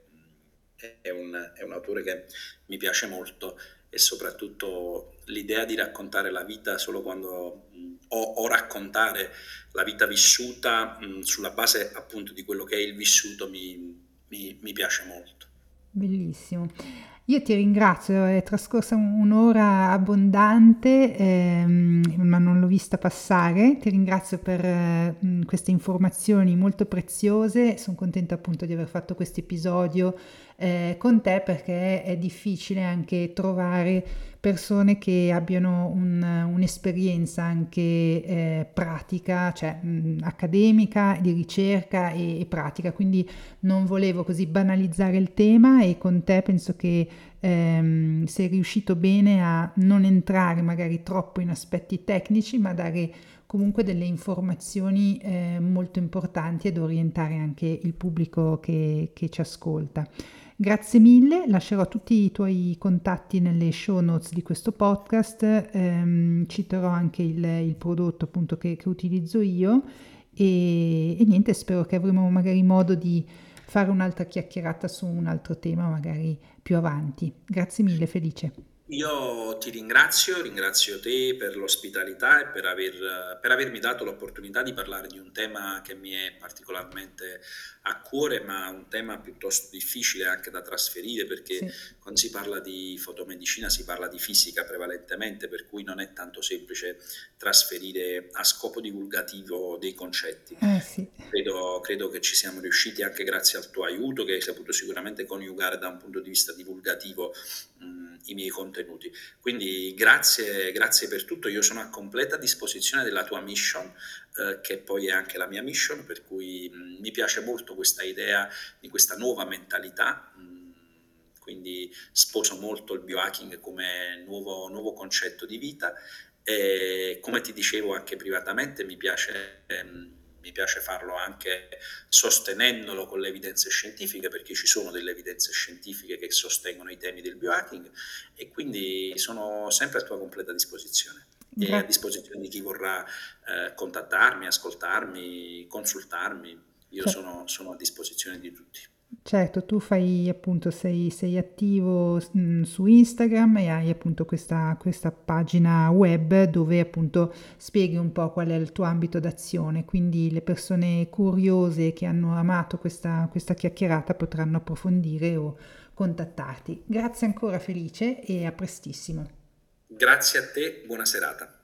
che è un, è un autore che mi piace molto, e soprattutto l'idea di raccontare la vita solo quando mh, o, o raccontare la vita vissuta mh, sulla base appunto di quello che è il vissuto mi, mi, mi piace molto.
Bellissimo. Io ti ringrazio, è trascorsa un'ora abbondante, ehm, ma non l'ho vista passare. Ti ringrazio per eh, queste informazioni molto preziose. Sono contenta appunto di aver fatto questo episodio eh, con te, perché è difficile anche trovare persone che abbiano un, un'esperienza anche eh, pratica, cioè mh, accademica, di ricerca e, e pratica, quindi non volevo così banalizzare il tema, e con te penso che ehm, sei riuscito bene a non entrare magari troppo in aspetti tecnici, ma dare comunque delle informazioni eh, molto importanti ed orientare anche il pubblico che, che ci ascolta. Grazie mille, lascerò tutti i tuoi contatti nelle show notes di questo podcast, ehm, citerò anche il, il prodotto appunto che, che utilizzo io, e, e niente, spero che avremo magari modo di fare un'altra chiacchierata su un altro tema magari più avanti. Grazie mille Felice.
Io ti ringrazio, ringrazio te per l'ospitalità e per, aver, per avermi dato l'opportunità di parlare di un tema che mi è particolarmente a cuore, ma un tema piuttosto difficile anche da trasferire, perché sì, quando si parla di fotomedicina si parla di fisica prevalentemente, per cui non è tanto semplice trasferire a scopo divulgativo dei concetti.
Eh sì.
Credo, credo che ci siamo riusciti anche grazie al tuo aiuto, che hai saputo sicuramente coniugare da un punto di vista divulgativo mh, i miei contenuti. Quindi grazie, grazie per tutto. Io sono a completa disposizione della tua mission, eh, che poi è anche la mia mission, per cui mh, mi piace molto questa idea di questa nuova mentalità. Mh, quindi sposo molto il biohacking come nuovo, nuovo concetto di vita, e come ti dicevo anche privatamente mi piace... Ehm, mi piace farlo anche sostenendolo con le evidenze scientifiche, perché ci sono delle evidenze scientifiche che sostengono i temi del biohacking, e quindi sono sempre a tua completa disposizione e a disposizione di chi vorrà eh, contattarmi, ascoltarmi, consultarmi. Io sono, sono a disposizione di tutti.
Certo, tu fai appunto, sei, sei attivo mh, su Instagram e hai appunto questa, questa pagina web dove appunto spieghi un po' qual è il tuo ambito d'azione, quindi le persone curiose che hanno amato questa, questa chiacchierata potranno approfondire o contattarti. Grazie ancora Felice e a prestissimo.
Grazie a te, buona serata.